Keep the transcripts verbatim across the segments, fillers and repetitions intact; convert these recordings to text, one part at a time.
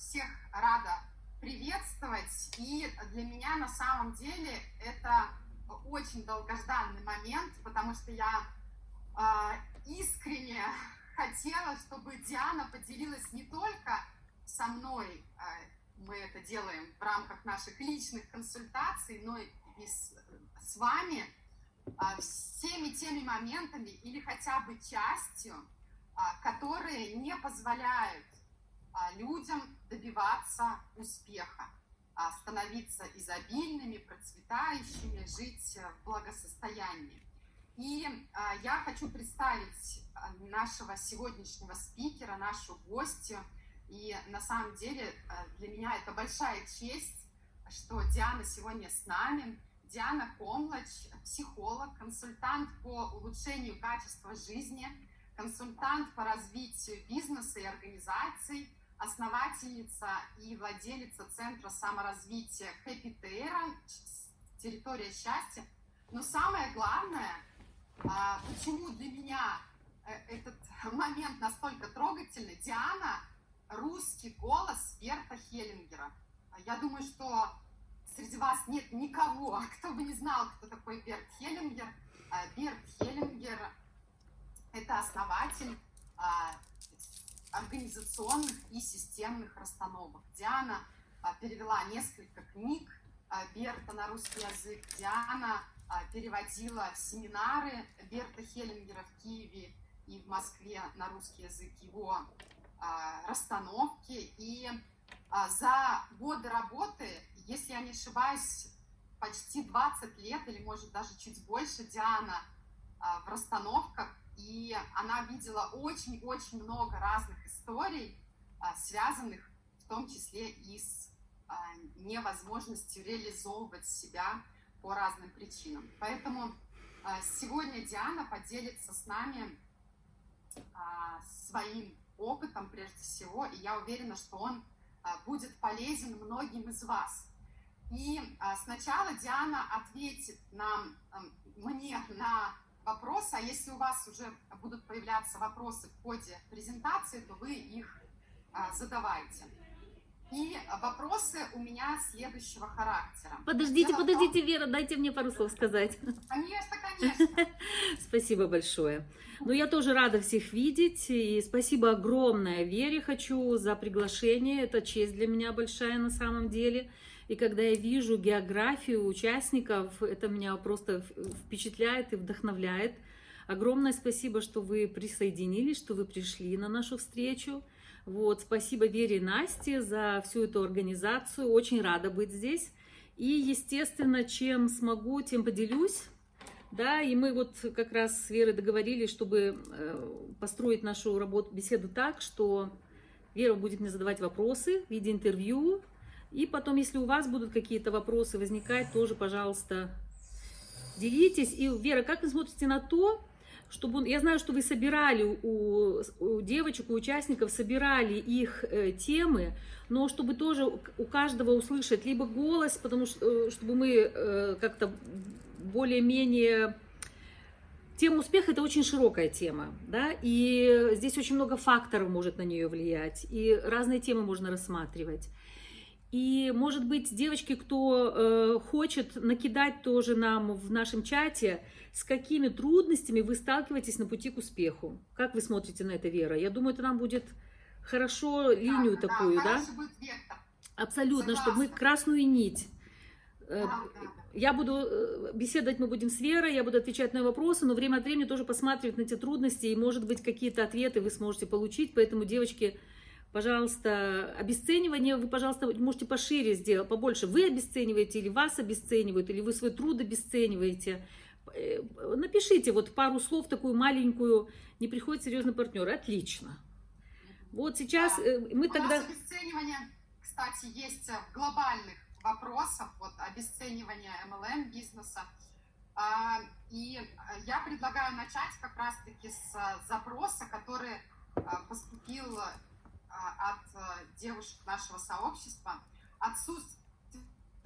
всех рада приветствовать. И для меня на самом деле это очень долгожданный момент, потому что я э, искренне хотела, чтобы Диана поделилась не только со мной, э, мы это делаем в рамках наших личных консультаций, но и с, с вами э, всеми теми моментами или хотя бы частью, э, которые не позволяют э, людям добиваться успеха, э, становиться изобильными, процветающими, жить в благосостоянии. И э, я хочу представить нашего сегодняшнего спикера, нашу гостью. И на самом деле э, для меня это большая честь, что Диана сегодня с нами. Диана Комлач, психолог, консультант по улучшению качества жизни, консультант по развитию бизнеса и организаций, основательница и владелица Центра саморазвития Happy «Территория счастья». Но самое главное, почему для меня этот момент настолько трогательный, Диана – русский голос Берта Хеллингера. Я думаю, что среди вас нет никого, кто бы не знал, кто такой Берт Хеллингер. Берт Хеллингер – это основатель организационных и системных расстановок. Диана перевела несколько книг Берта на русский язык. Диана переводила семинары Берта Хеллингера в Киеве и в Москве на русский язык, его расстановки. И за годы работы, если я не ошибаюсь, почти двадцать лет или, может, даже чуть больше Диана в расстановках, и она видела очень-очень много разных историй, связанных в том числе и с невозможностью реализовывать себя по разным причинам. Поэтому сегодня Диана поделится с нами своим опытом прежде всего, и я уверена, что он будет полезен многим из вас. И сначала Диана ответит нам, мне на вопросы, а если у вас уже будут появляться вопросы в ходе презентации, то вы их задавайте. И вопросы у меня следующего характера. Подождите, Дело подождите, том... Вера, дайте мне пару слов сказать. Конечно, конечно. Спасибо большое. Ну, я тоже рада всех видеть, и спасибо огромное Вере хочу за приглашение. Это честь для меня большая на самом деле. И когда я вижу географию участников, это меня просто впечатляет и вдохновляет. Огромное спасибо, что вы присоединились, что вы пришли на нашу встречу. Вот, спасибо Вере и Насте за всю эту организацию. Очень рада быть здесь. И, естественно, чем смогу, тем поделюсь. Да, и мы вот как раз с Верой договорились, чтобы построить нашу работу, беседу так, что Вера будет мне задавать вопросы в виде интервью. И потом, если у вас будут какие-то вопросы возникать, тоже, пожалуйста, делитесь. И, Вера, как вы смотрите на то, чтобы, я знаю, что вы собирали у, у девочек, у участников, собирали их э, темы, но чтобы тоже у каждого услышать либо голос, потому что, чтобы мы э, как-то более-менее... Тема успеха – это очень широкая тема, да, и здесь очень много факторов может на нее влиять, и разные темы можно рассматривать. И, может быть, девочки, кто э, хочет накидать тоже нам в нашем чате, с какими трудностями вы сталкиваетесь на пути к успеху. Как вы смотрите на это, Вера? Я думаю, это нам будет хорошо линию да, такую, да? да? Абсолютно, Согласна. Чтобы мы красную нить. Э, да, да, да. Я буду беседовать, мы будем с Верой, я буду отвечать на вопросы, но время от времени тоже посматривать на эти трудности, и, может быть, какие-то ответы вы сможете получить. Поэтому, девочки, пожалуйста, обесценивание вы, пожалуйста, можете пошире сделать, побольше. Вы обесцениваете или вас обесценивают, или вы свой труд обесцениваете. Напишите вот пару слов, такую маленькую, не приходит серьезный партнер. Отлично. Вот сейчас да. мы У тогда... нас обесценивание, кстати, есть в глобальных вопросах, вот обесценивание эм эл эм-бизнеса. И я предлагаю начать как раз-таки с запроса, который поступил от девушек нашего сообщества. Отсутствие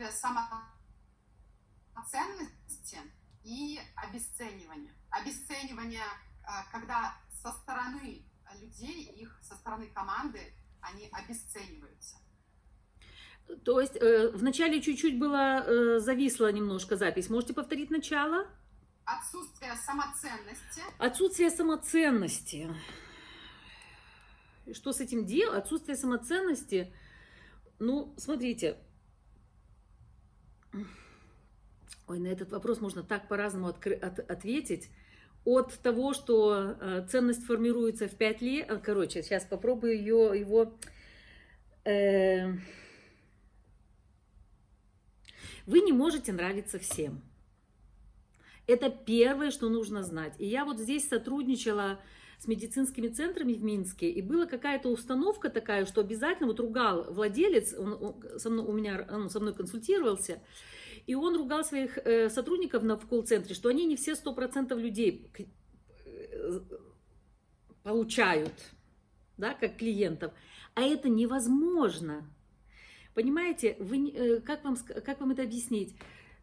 самоценности и обесценивание. Обесценивание, когда со стороны людей, их со стороны команды, они обесцениваются. То есть э, вначале чуть-чуть было, э, зависла немножко запись. Можете повторить начало? Отсутствие самоценности. Отсутствие самоценности. Что с этим делать? Отсутствие самоценности. Ну, смотрите. Ой, на этот вопрос можно так по-разному от, от, ответить. От того, что э, ценность формируется в пять лет. Короче, сейчас попробую ее, его... Э, вы не можете нравиться всем. Это первое, что нужно знать. И я вот здесь сотрудничала с медицинскими центрами в Минске, и была какая-то установка такая, что обязательно, вот ругал владелец, он, он со мной, у меня, он со мной консультировался, и он ругал своих э, сотрудников на, в колл-центре, что они не все сто процентов людей получают, да, как клиентов. А это невозможно. Понимаете, вы, э, как, вам, как вам это объяснить?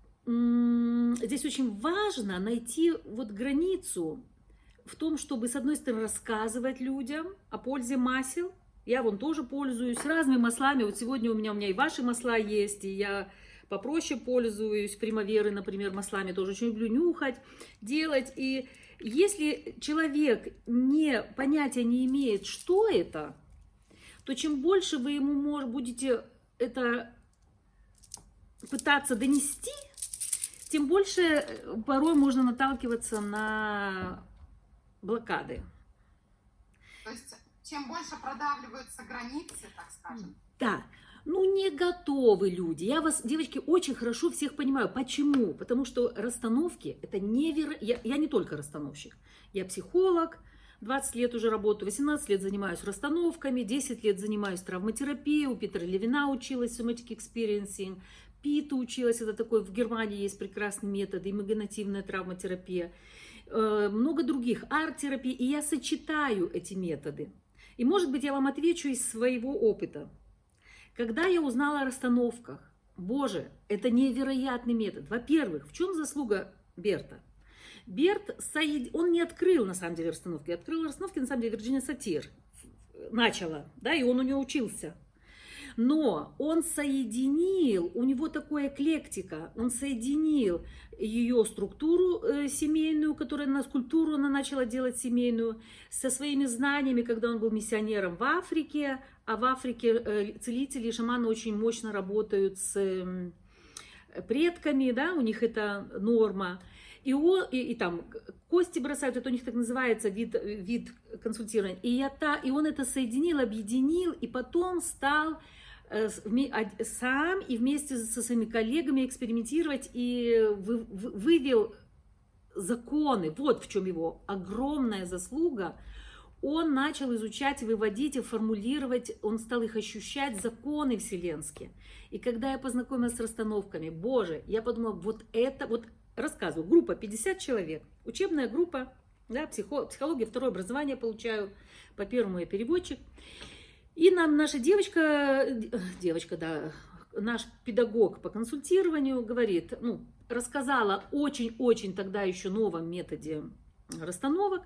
Здесь очень важно найти вот границу в том, чтобы, с одной стороны, рассказывать людям о пользе масел. Я вон тоже пользуюсь разными маслами. Вот сегодня у меня, у меня и ваши масла есть, и я попроще пользуюсь. Примаверы, например, маслами тоже очень люблю нюхать, делать. И если человек не, понятия не имеет, что это, то чем больше вы ему может, будете это пытаться донести, тем больше порой можно наталкиваться на блокады. То есть, чем больше продавливаются границы, так скажем. Да. Ну, не готовы люди. Я вас, девочки, очень хорошо всех понимаю. Почему? Потому что расстановки, это невероятно... Я, я не только расстановщик. Я психолог, двадцать лет уже работаю, восемнадцать лет занимаюсь расстановками, десять лет занимаюсь травматерапией, у Питера Левина училась, Somatic Experiencing, Пита училась, это такой, в Германии есть прекрасный метод, имагинативная травматерапия, э, много других, арт-терапии, и я сочетаю эти методы. И, может быть, я вам отвечу из своего опыта. Когда я узнала о расстановках, боже, это невероятный метод. Во-первых, в чем заслуга Берта? Берт, он не открыл, на самом деле, расстановки, открыл расстановки, на самом деле, Вирджиния Сатир начала, да, и он у нее учился. Но он соединил, у него такая эклектика, он соединил ее структуру э, семейную, которая на скульптуру она начала делать семейную, со своими знаниями, когда он был миссионером в Африке, а в Африке э, целители и шаманы очень мощно работают с э, предками, да, у них это норма. И, он, и, и там кости бросают, это у них так называется вид, вид консультирования. И, я та, и он это соединил, объединил, и потом стал э, сам и вместе со своими коллегами экспериментировать и вы, вы, вывел законы. Вот в чем его огромная заслуга. Он начал изучать, выводить и формулировать, он стал их ощущать, законы вселенские. И когда я познакомилась с расстановками, боже, я подумала, вот это, вот рассказываю, группа пятьдесят человек, учебная группа, да, психо, психология, второе образование получаю, по первому я переводчик. И нам наша девочка, девочка, да, наш педагог по консультированию говорит, ну, рассказала очень-очень тогда еще новом методе расстановок.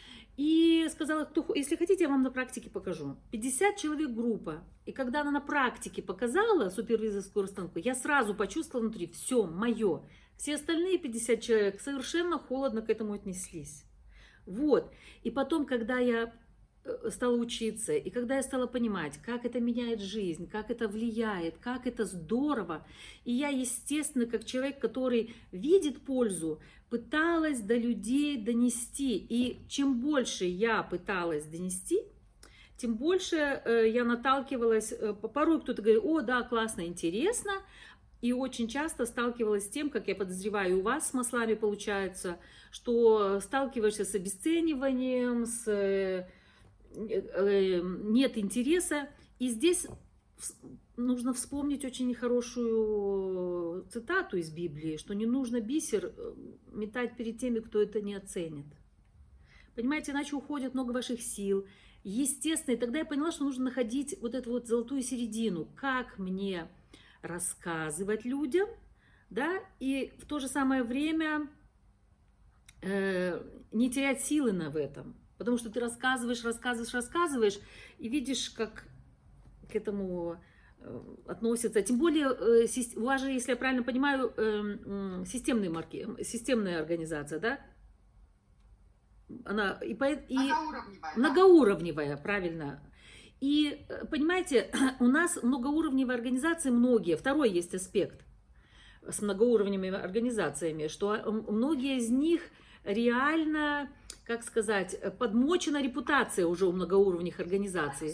И сказала, кто, если хотите, я вам на практике покажу. пятьдесят человек группа. И когда она на практике показала супервизорскую расстановку, я сразу почувствовала внутри, все, мое. Все остальные пятьдесят человек совершенно холодно к этому отнеслись. Вот. И потом, когда я стала учиться, и когда я стала понимать, как это меняет жизнь, как это влияет, как это здорово, и я, естественно, как человек, который видит пользу, пыталась до людей донести. И чем больше я пыталась донести, тем больше я наталкивалась, порой кто-то говорит, о, да, классно, интересно, и очень часто сталкивалась с тем, как я подозреваю, у вас с маслами получается, что сталкиваешься с обесцениванием, с нет интереса. И здесь нужно вспомнить очень хорошую цитату из Библии, что не нужно бисер метать перед теми, кто это не оценит. Понимаете, иначе уходит много ваших сил. Естественно, и тогда я поняла, что нужно находить вот эту вот золотую середину. Как мне рассказывать людям, да, и в то же самое время э, не терять силы на в этом. Потому что ты рассказываешь, рассказываешь, рассказываешь, и видишь, как к этому относится. Тем более, у вас же, если я правильно понимаю, системные марки, системная организация, да? Она и, и многоуровневая, многоуровневая, да? Правильно. И, понимаете, у нас многоуровневые организации многие. Второй есть аспект с многоуровневыми организациями, что многие из них реально, как сказать, подмочена репутация уже у многоуровневых организаций.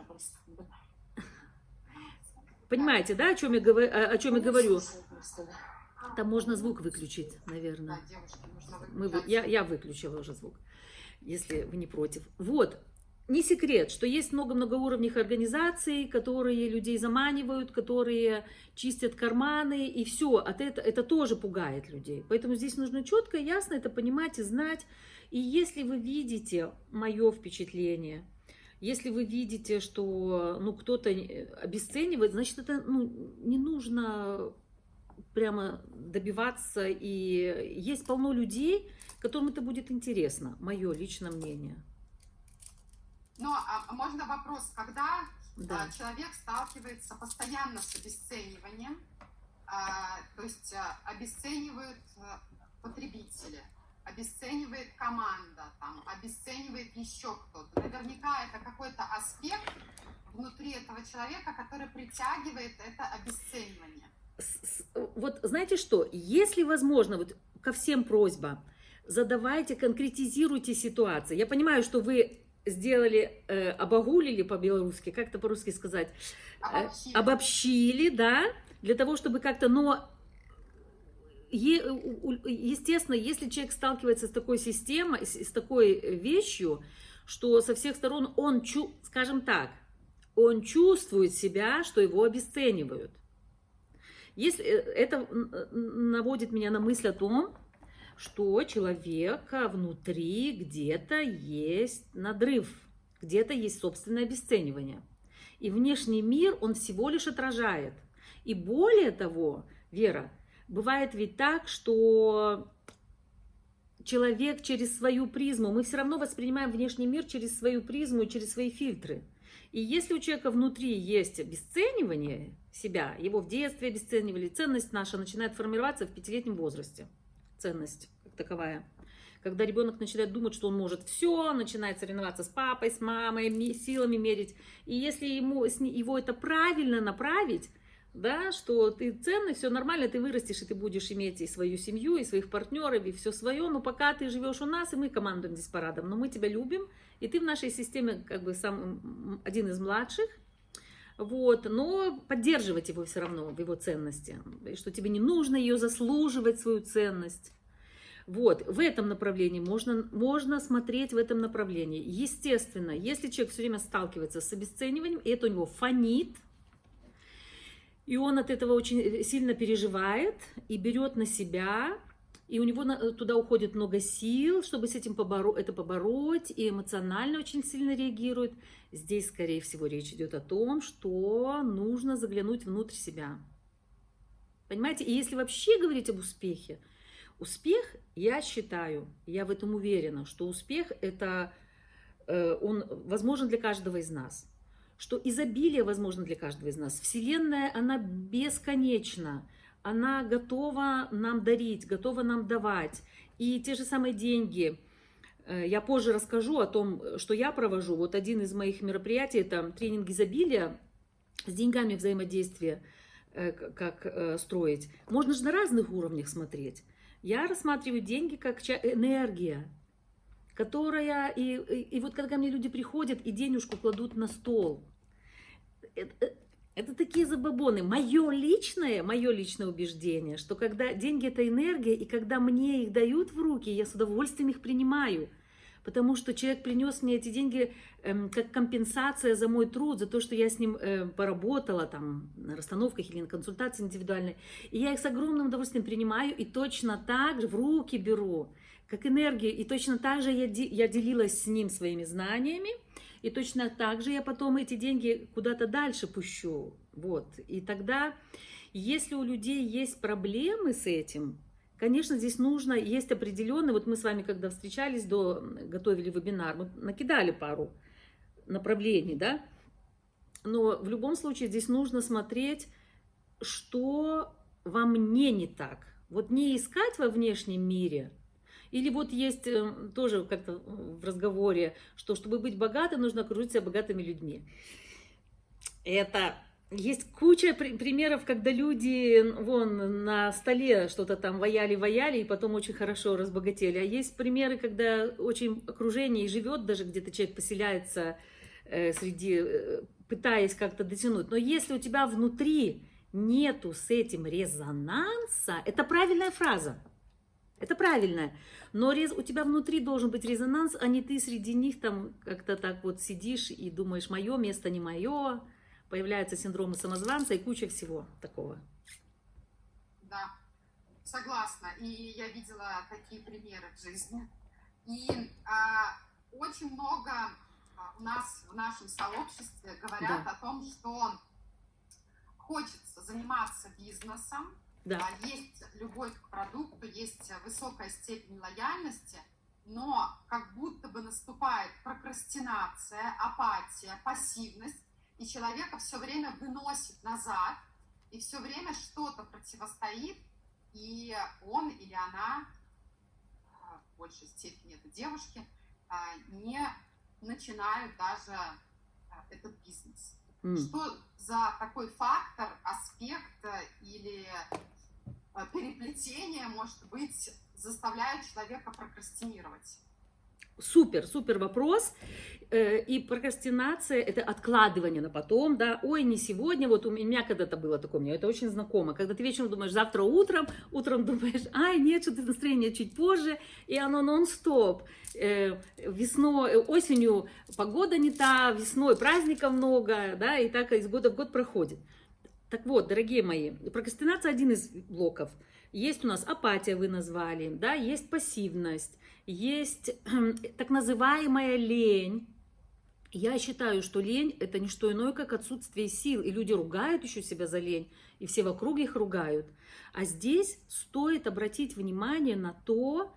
Понимаете, да, о чем я, говорю, о чем я говорю? Там можно звук выключить, наверное. Мы, я, я выключила уже звук, если вы не против. Вот, не секрет, что есть много многоуровневых организаций, которые людей заманивают, которые чистят карманы, и все. От это, это тоже пугает людей. Поэтому здесь нужно четко и ясно это понимать и знать. И если вы видите мое впечатление, если вы видите, что ну, кто-то обесценивает, значит, это ну, не нужно прямо добиваться. И есть полно людей, которым это будет интересно, мое личное мнение. Но а можно вопрос, когда да. человек сталкивается постоянно с обесцениванием, а, то есть обесценивают потребители, обесценивает команда, там, обесценивает еще кто-то. Наверняка это какой-то аспект внутри этого человека, который притягивает это обесценивание. Вот знаете что, если возможно, вот ко всем просьба, задавайте, конкретизируйте ситуации. Я понимаю, что вы сделали, э, обогулили по-белорусски, как это по-русски сказать? Обобщили. Э, обобщили, да, для того, чтобы как-то, но естественно, если человек сталкивается с такой системой, с такой вещью, что со всех сторон он, скажем так, он чувствует себя, что его обесценивают. Если, это наводит меня на мысль о том, что у человека внутри где-то есть надрыв, где-то есть собственное обесценивание. И внешний мир он всего лишь отражает. И более того, Вера, бывает ведь так, что человек через свою призму, мы все равно воспринимаем внешний мир через свою призму, через свои фильтры. И если у человека внутри есть обесценивание себя, его в детстве обесценивали, ценность наша начинает формироваться в пятилетнем возрасте. Ценность как таковая. Когда ребенок начинает думать, что он может все, начинает соревноваться с папой, с мамой, силами мерить. И если ему, его это правильно направить, да, что ты ценный, все нормально, ты вырастешь, и ты будешь иметь и свою семью, и своих партнеров, и все свое, но пока ты живешь у нас, и мы командуем здесь парадом, но мы тебя любим, и ты в нашей системе как бы сам один из младших, вот, но поддерживать его все равно в его ценности, и что тебе не нужно ее заслуживать, свою ценность. Вот, в этом направлении можно, можно смотреть в этом направлении. Естественно, если человек все время сталкивается с обесцениванием, и это у него фонит, и он от этого очень сильно переживает и берет на себя, и у него туда уходит много сил, чтобы с этим поборо- это побороть, и эмоционально очень сильно реагирует. Здесь, скорее всего, речь идет о том, что нужно заглянуть внутрь себя. Понимаете? И если вообще говорить об успехе, успех, я считаю, я в этом уверена, что успех это, он возможен для каждого из нас. Что изобилие возможно для каждого из нас. Вселенная, она бесконечна. Она готова нам дарить, готова нам давать. И те же самые деньги. Я позже расскажу о том, что я провожу. Вот один из моих мероприятий, это тренинг изобилия, с деньгами взаимодействие, как строить. Можно же на разных уровнях смотреть. Я рассматриваю деньги как энергия, которая... И, и, и вот когда ко мне люди приходят и денежку кладут на стол, это, это такие забабоны. Мое личное, мое личное убеждение, что когда деньги это энергия, и когда мне их дают в руки, я с удовольствием их принимаю. Потому что человек принес мне эти деньги э, как компенсация за мой труд, за то, что я с ним э, поработала там, на расстановках или на консультации индивидуальной. И я их с огромным удовольствием принимаю и точно так же в руки беру, как энергию. И точно так же я, де, я делилась с ним своими знаниями. И точно так же я потом эти деньги куда-то дальше пущу. Вот. И тогда, если у людей есть проблемы с этим, конечно, здесь нужно, есть определенные, вот мы с вами, когда встречались, до, готовили вебинар, мы накидали пару направлений, да, Но в любом случае здесь нужно смотреть, что во мне не так. Вот не искать во внешнем мире. Или вот есть тоже как-то в разговоре, что чтобы быть богатым, нужно окружить себя богатыми людьми. Это есть куча примеров, когда люди вон на столе что-то там ваяли-ваяли и потом очень хорошо разбогатели. А есть примеры, когда очень окружение и живет, даже где-то человек поселяется э, среди, э, пытаясь как-то дотянуть. Но если у тебя внутри нету с этим резонанса, это правильная фраза. Это правильно, но рез... у тебя внутри должен быть резонанс, а не ты среди них там как-то так вот сидишь и думаешь, мое место не мое, появляются синдромы самозванца и куча всего такого. Да, согласна, и я видела такие примеры в жизни. И а, очень много а, у нас в нашем сообществе говорят да. о том, что хочется заниматься бизнесом, да. есть любовь к продукту, есть высокая степень лояльности, но как будто бы наступает прокрастинация, апатия, пассивность, и человека все время выносит назад, и все время что-то противостоит, и он или она, в большей степени это девушки, не начинают даже этот бизнес. Mm. Что за такой фактор, аспект или переплетение, может быть, заставляет человека прокрастинировать? Супер, супер вопрос. И прокрастинация – это откладывание на потом, да, ой, не сегодня, вот у меня когда-то было такое, мне это очень знакомо, когда ты вечером думаешь, завтра утром, утром думаешь, ай, нет, что-то настроение чуть позже, и оно нон-стоп. Весной, осенью погода не та, весной праздников много, да, и так из года в год проходит. Так вот, дорогие мои, прокрастинация один из блоков. Есть у нас апатия, вы назвали, да, есть пассивность, есть так называемая лень. Я считаю, что лень – это не что иное, как отсутствие сил. И люди ругают еще себя за лень, и все вокруг их ругают. А здесь стоит обратить внимание на то,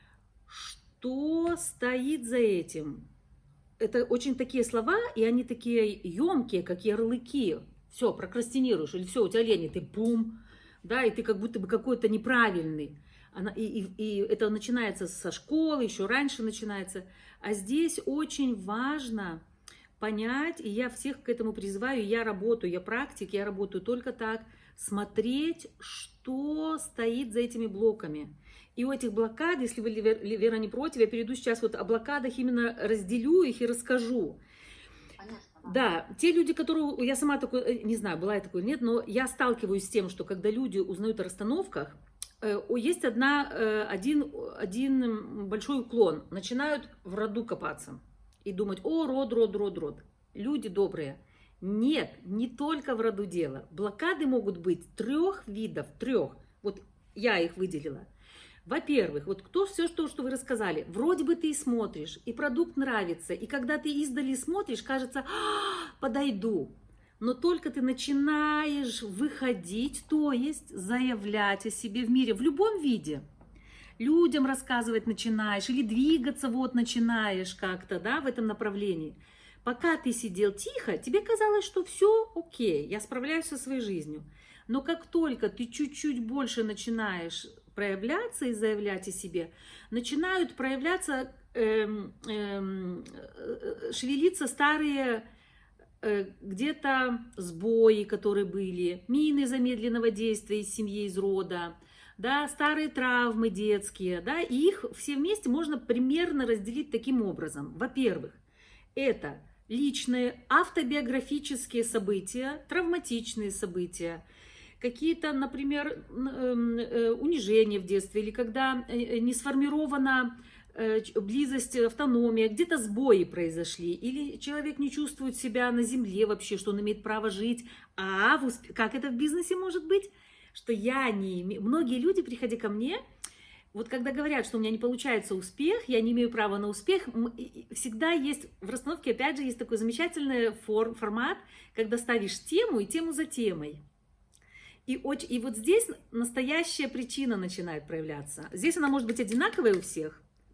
что стоит за этим. Это очень такие слова, и они такие емкие, как ярлыки. Все, прокрастинируешь, или все, у тебя лень, и ты бум, да, и ты как будто бы какой-то неправильный. Она, и, и, и это начинается со школы, еще раньше начинается. А здесь очень важно понять, и я всех к этому призываю, я работаю, я практик, я работаю только так, смотреть, что стоит за этими блоками. И у этих блокад, если вы, Вера, не против, я перейду сейчас вот о блокадах, именно разделю их и расскажу. Конечно. Да, те люди, которые, я сама такой, не знаю, была я такой или нет, но я сталкиваюсь с тем, что когда люди узнают о расстановках, есть одна, один, один большой уклон. Начинают в роду копаться и думать, о, род, род, род, род. Люди добрые. Нет, не только в роду дело. Блокады могут быть трех видов, трех. Вот я их выделила. Во-первых, вот кто все, что, что вы рассказали, вроде бы ты и смотришь, и продукт нравится, и когда ты издали смотришь, кажется, а, подойду. Но только ты начинаешь выходить, то есть заявлять о себе в мире в любом виде, людям рассказывать начинаешь или двигаться вот начинаешь как-то, да, в этом направлении. Пока ты сидел тихо, тебе казалось, что все окей, я справляюсь со своей жизнью. Но как только ты чуть-чуть больше начинаешь проявляться и заявлять о себе, начинают проявляться, эм, эм, шевелиться старые где-то сбои, которые были, мины замедленного действия из семьи, из рода, да, старые травмы детские, да, и их все вместе можно примерно разделить таким образом. Во-первых, это личные автобиографические события, травматичные события, какие-то, например, унижения в детстве, или когда не сформирована близость, автономия, где-то сбои произошли, или человек не чувствует себя на земле вообще, что он имеет право жить, а в усп... как это в бизнесе может быть, что я не имею... Многие люди, приходя ко мне, вот когда говорят, что у меня не получается успех, я не имею права на успех, всегда есть, в расстановке опять же есть такой замечательный форм, формат, когда ставишь тему и тему за темой. И, очень... и вот здесь настоящая причина начинает проявляться. Здесь она может быть одинаковая у всех,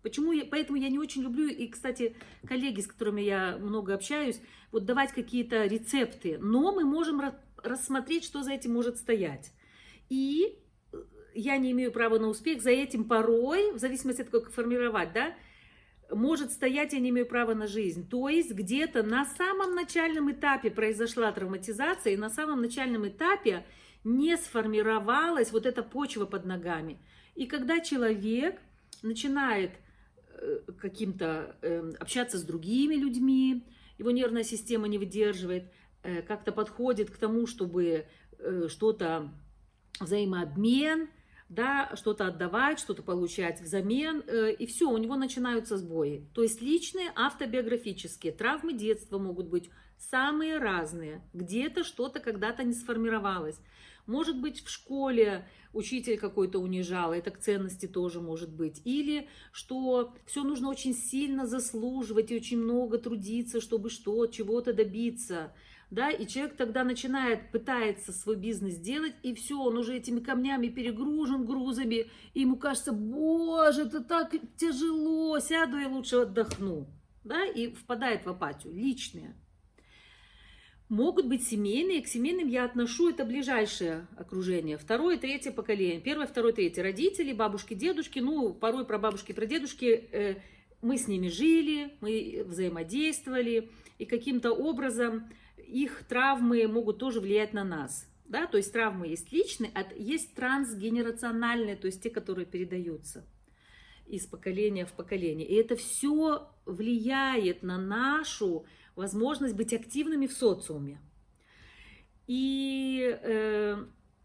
Почему я, поэтому я не очень люблю, и, кстати, коллеги, с которыми я много общаюсь, вот давать какие-то рецепты, но мы можем рассмотреть, что за этим может стоять. И я не имею права на успех, за этим порой, в зависимости от того, как формировать, да, может стоять, я не имею права на жизнь. То есть где-то на самом начальном этапе произошла травматизация, и на самом начальном этапе не сформировалась вот эта почва под ногами. И когда человек начинает каким-то э, общаться с другими людьми, его нервная система не выдерживает, э, как-то подходит к тому, чтобы э, что-то, взаимообмен, да, что-то отдавать, что-то получать взамен, э, и все, у него начинаются сбои. То есть личные, автобиографические травмы детства могут быть самые разные. Где-то что-то когда-то не сформировалось. Может быть, в школе учитель какой-то унижал, это к ценности тоже может быть. Или что все нужно очень сильно заслуживать и очень много трудиться, чтобы что, чего-то добиться. Да? И человек тогда начинает, пытается свой бизнес делать, и все, он уже этими камнями перегружен, грузами, и ему кажется, боже, это так тяжело, сяду и лучше отдохну. Да? И впадает в апатию, личные. Могут быть семейные, к семейным я отношу, это ближайшее окружение, второе, третье поколение, первое, второе, третье, родители, бабушки, дедушки, ну, порой про бабушки, про дедушки, э, мы с ними жили, мы взаимодействовали, и каким-то образом их травмы могут тоже влиять на нас, да, то есть травмы есть личные, а есть трансгенерациональные, то есть те, которые передаются из поколения в поколение, и это все влияет на нашу возможность быть активными в социуме. И э,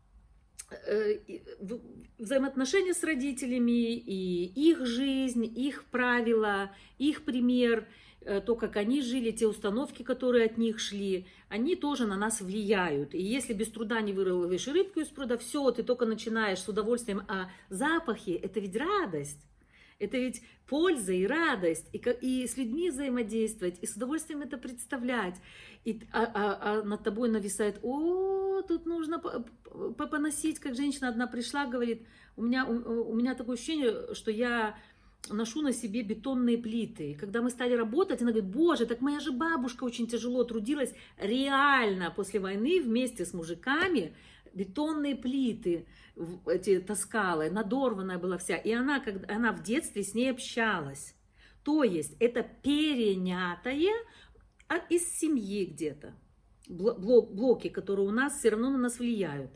э, взаимоотношения с родителями, и их жизнь, их правила, их пример, э, то, как они жили, те установки, которые от них шли, они тоже на нас влияют. И если без труда не выловишь рыбку из пруда, все, ты только начинаешь с удовольствием. А запахи – это ведь радость. Это ведь польза и радость, и, и с людьми взаимодействовать, и с удовольствием это представлять. И, а, а, а над тобой нависает, о, тут нужно поносить, как женщина одна пришла, говорит, у меня, у, у меня такое ощущение, что я ношу на себе бетонные плиты. И когда мы стали работать, она говорит, боже, так моя же бабушка очень тяжело трудилась, реально после войны вместе с мужиками, бетонные плиты эти таскала, надорванная была вся. И она, когда, она в детстве с ней общалась. То есть это перенятое из семьи где-то. Блок, блоки, которые у нас все равно на нас влияют.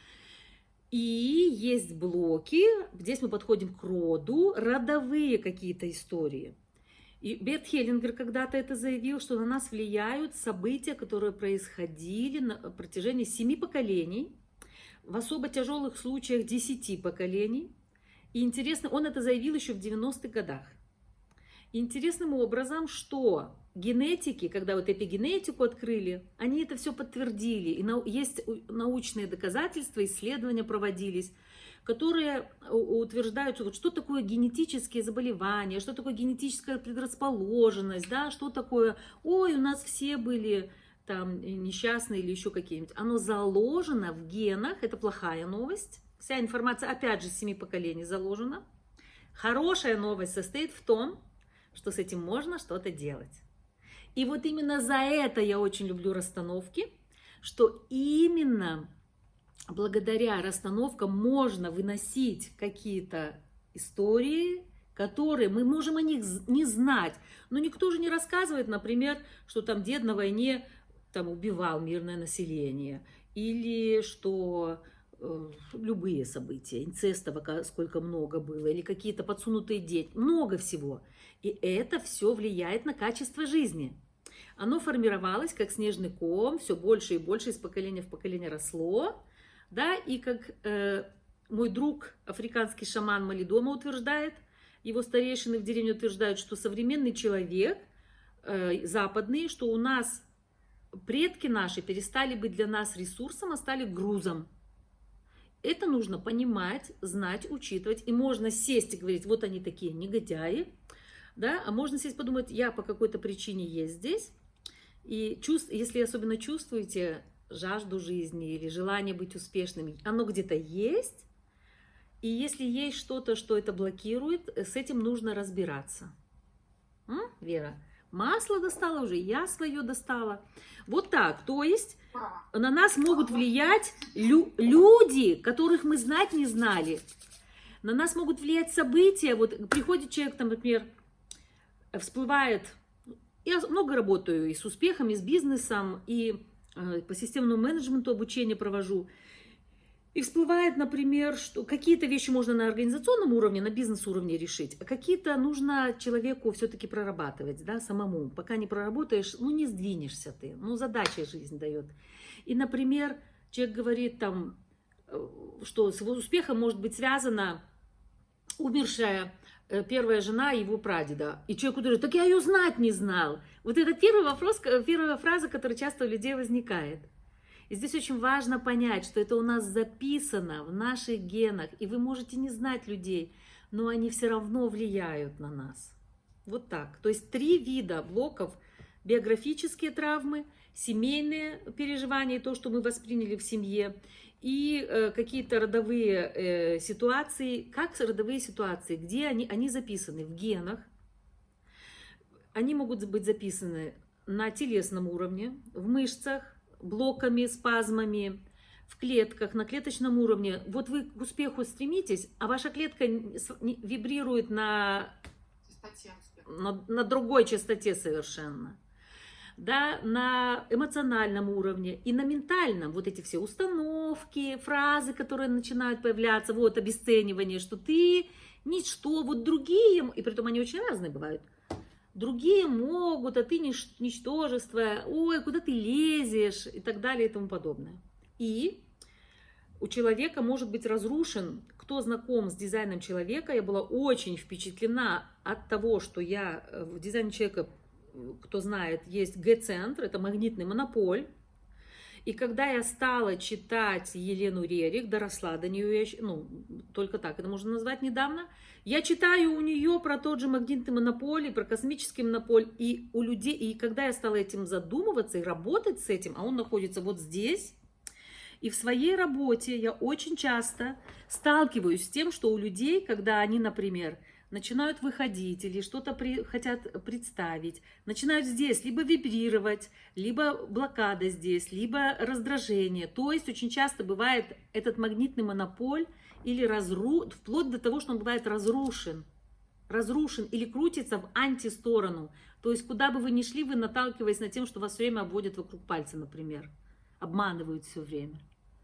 И есть блоки, здесь мы подходим к роду, родовые какие-то истории. И Берт Хеллингер когда-то это заявил, что на нас влияют события, которые происходили на протяжении семи поколений, в особо тяжелых случаях десяти поколений. И интересно, он это заявил еще в девяностых годах. И интересным образом, что генетики, когда вот эпигенетику открыли, они это все подтвердили. И есть научные доказательства, исследования проводились, которые утверждают, вот что такое генетические заболевания, что такое генетическая предрасположенность, да, что такое, ой, у нас все были там несчастные или еще какие-нибудь. Оно заложено в генах, это плохая новость. Вся информация, опять же, с семи поколений заложена. Хорошая новость состоит в том, что с этим можно что-то делать. И вот именно за это я очень люблю расстановки, что именно благодаря расстановкам можно выносить какие-то истории, которые мы можем о них не знать. Но никто же не рассказывает, например, что там дед на войне там убивал мирное население, или что э, любые события, инцеста сколько много было, или какие-то подсунутые дети, много всего. И это все влияет на качество жизни. Оно формировалось как снежный ком, все больше и больше из поколения в поколение росло, да, и как э, мой друг, африканский шаман Малидома утверждает, его старейшины в деревне утверждают, что современный человек, э, западный, что у нас предки наши перестали быть для нас ресурсом, а стали грузом. Это нужно понимать, знать, учитывать. И можно сесть и говорить, вот они такие негодяи. Да? А можно сесть и подумать, я по какой-то причине есть здесь. И чувств, если особенно чувствуете жажду жизни или желание быть успешным, оно где-то есть. И если есть что-то, что это блокирует, с этим нужно разбираться. М, Вера? Масло достала уже, я свое достала. Вот так. То есть на нас могут влиять лю- люди, которых мы знать не знали. На нас могут влиять события. Вот приходит человек, там, например, всплывает. Я много работаю и с успехом, и с бизнесом, и э, по системному менеджменту обучение провожу. И всплывает, например, что какие-то вещи можно на организационном уровне, на бизнес-уровне решить, а какие-то нужно человеку все-таки прорабатывать, да, самому. Пока не проработаешь, ну, не сдвинешься ты, ну, задача жизнь дает. И, например, человек говорит там, что с его успехом может быть связана умершая первая жена его прадеда. И человек говорит, так я ее знать не знал. Вот это первый вопрос, первая фраза, которая часто у людей возникает. И здесь очень важно понять, что это у нас записано в наших генах, и вы можете не знать людей, но они все равно влияют на нас. Вот так. То есть три вида блоков: биографические травмы, семейные переживания, то, что мы восприняли в семье, и э, какие-то родовые э, ситуации. Как родовые ситуации? Где они? Они записаны в генах. Они могут быть записаны на телесном уровне, в мышцах, блоками, спазмами, в клетках, на клеточном уровне. Вот вы к успеху стремитесь, а ваша клетка вибрирует на, на, на другой частоте совершенно. Да, на эмоциональном уровне и на ментальном. Вот эти все установки, фразы, которые начинают появляться, вот обесценивание, что ты ничто, вот другие, и притом они очень разные бывают. Другие могут, а ты ничтожество, ой, куда ты лезешь, и так далее, и тому подобное. И у человека может быть разрушен, кто знаком с дизайном человека, я была очень впечатлена от того, что я в дизайне человека, кто знает, есть Г-центр, это магнитный монополь. И когда я стала читать Елену Рерих, доросла до нее, ну, только так это можно назвать недавно, я читаю у нее про тот же магнитный монополь, про космический монополь, и у людей, и когда я стала этим задумываться и работать с этим, а он находится вот здесь, и в своей работе я очень часто сталкиваюсь с тем, что у людей, когда они, например, начинают выходить или что-то при, хотят представить, начинают здесь либо вибрировать, либо блокада здесь, либо раздражение. То есть очень часто бывает этот магнитный монополь или разру... вплоть до того, что он бывает разрушен, разрушен или крутится в антисторону. То есть куда бы вы ни шли, вы наталкиваетесь на тем, что вас все время обводят вокруг пальца, например, обманывают все время,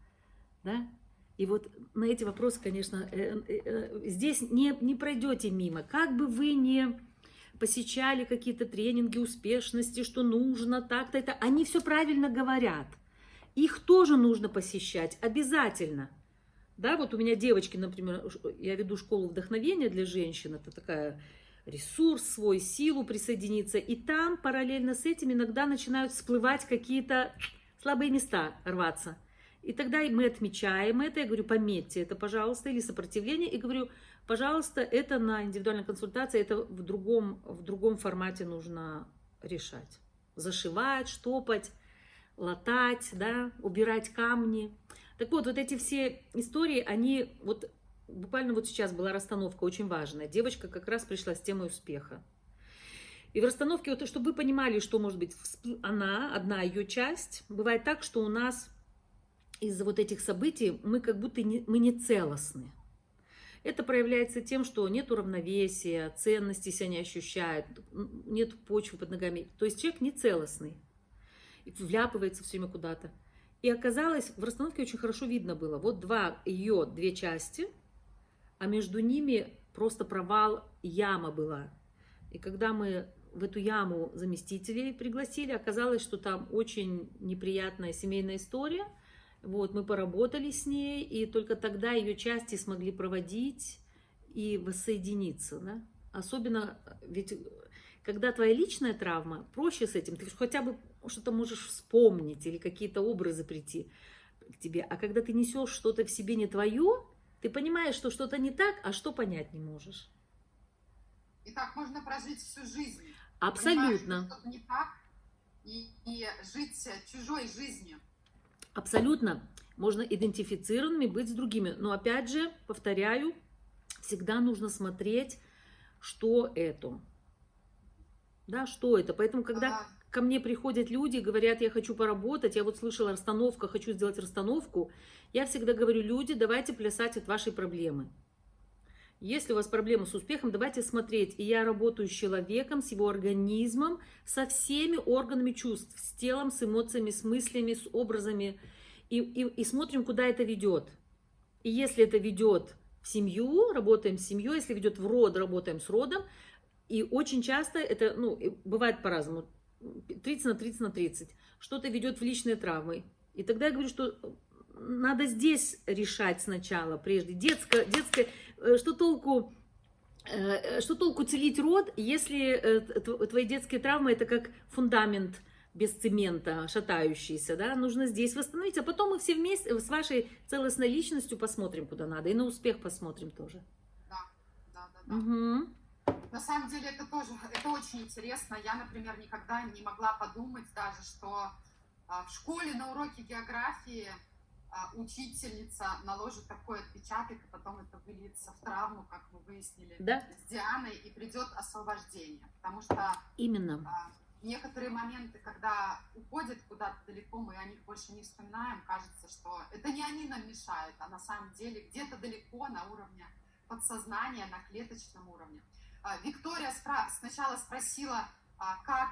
да? И вот на эти вопросы, конечно, здесь не, не пройдете мимо. Как бы вы ни посещали какие-то тренинги успешности, что нужно так-то, это, они все правильно говорят. Их тоже нужно посещать обязательно. Да, вот у меня девочки, например, я веду школу вдохновения для женщин, это такая ресурс свой, силу присоединиться. И там параллельно с этим иногда начинают всплывать какие-то слабые места, рваться. И тогда мы отмечаем это, я говорю, пометьте это, пожалуйста, или сопротивление, и говорю, пожалуйста, это на индивидуальной консультации, это в другом, в другом формате нужно решать. Зашивать, штопать, латать, да, убирать камни. Так вот, вот эти все истории, они, вот буквально вот сейчас была расстановка очень важная. Девочка как раз пришла с темой успеха. И в расстановке, вот, чтобы вы понимали, что может быть она, одна ее часть, бывает так, что у нас из-за вот этих событий мы как будто не, мы не целостны. Это проявляется тем, что нет равновесия, ценности себя не ощущает, нет почвы под ногами. То есть человек не целостный, вляпывается все время куда-то. И оказалось, в расстановке очень хорошо видно было, вот два ее, две части, а между ними просто провал, яма была. И когда мы в эту яму заместителей пригласили, оказалось, что там очень неприятная семейная история. Вот, мы поработали с ней, и только тогда ее части смогли проводить и воссоединиться. Да? Особенно, ведь когда твоя личная травма, проще с этим, ты хотя бы что-то можешь вспомнить или какие-то образы прийти к тебе. А когда ты несешь что-то в себе не твое, ты понимаешь, что что-то не так, а что понять не можешь. И так можно прожить всю жизнь. Абсолютно. Понимаешь, что что-то не так, и, и жить чужой жизнью. Абсолютно. можно идентифицированными быть с другими. Но опять же, повторяю, всегда нужно смотреть, что это. Да, что это. Поэтому, когда ко мне приходят люди, говорят, я хочу поработать, я вот слышала расстановка, хочу сделать расстановку, я всегда говорю, люди, давайте плясать от вашей проблемы. Если у вас проблемы с успехом, давайте смотреть. И я работаю с человеком, с его организмом, со всеми органами чувств, с телом, с эмоциями, с мыслями, с образами. И, и, и смотрим, куда это ведет. И если это ведет в семью, работаем с семьей. Если ведет в род, работаем с родом. И очень часто это, ну, бывает по-разному. тридцать на тридцать на тридцать. Что-то ведет в личные травмы. И тогда я говорю, что надо здесь решать сначала, прежде. Детское, детское, что толку, что толку целить род, если твои детские травмы это как фундамент без цемента, шатающийся, да? Нужно здесь восстановить, а потом мы все вместе с вашей целостной личностью посмотрим, куда надо, и на успех посмотрим тоже. Да, да, да, да. Угу. На самом деле это тоже, это очень интересно. Я, например, никогда не могла подумать даже, что в школе на уроке географии учительница наложит такой отпечаток, и потом это выльется в травму, как мы выяснили, да, с Дианой, и придет освобождение. Потому что именно некоторые моменты, когда уходят куда-то далеко, мы о них больше не вспоминаем, кажется, что это не они нам мешают, а на самом деле где-то далеко на уровне подсознания, на клеточном уровне. Виктория спра- сначала спросила, как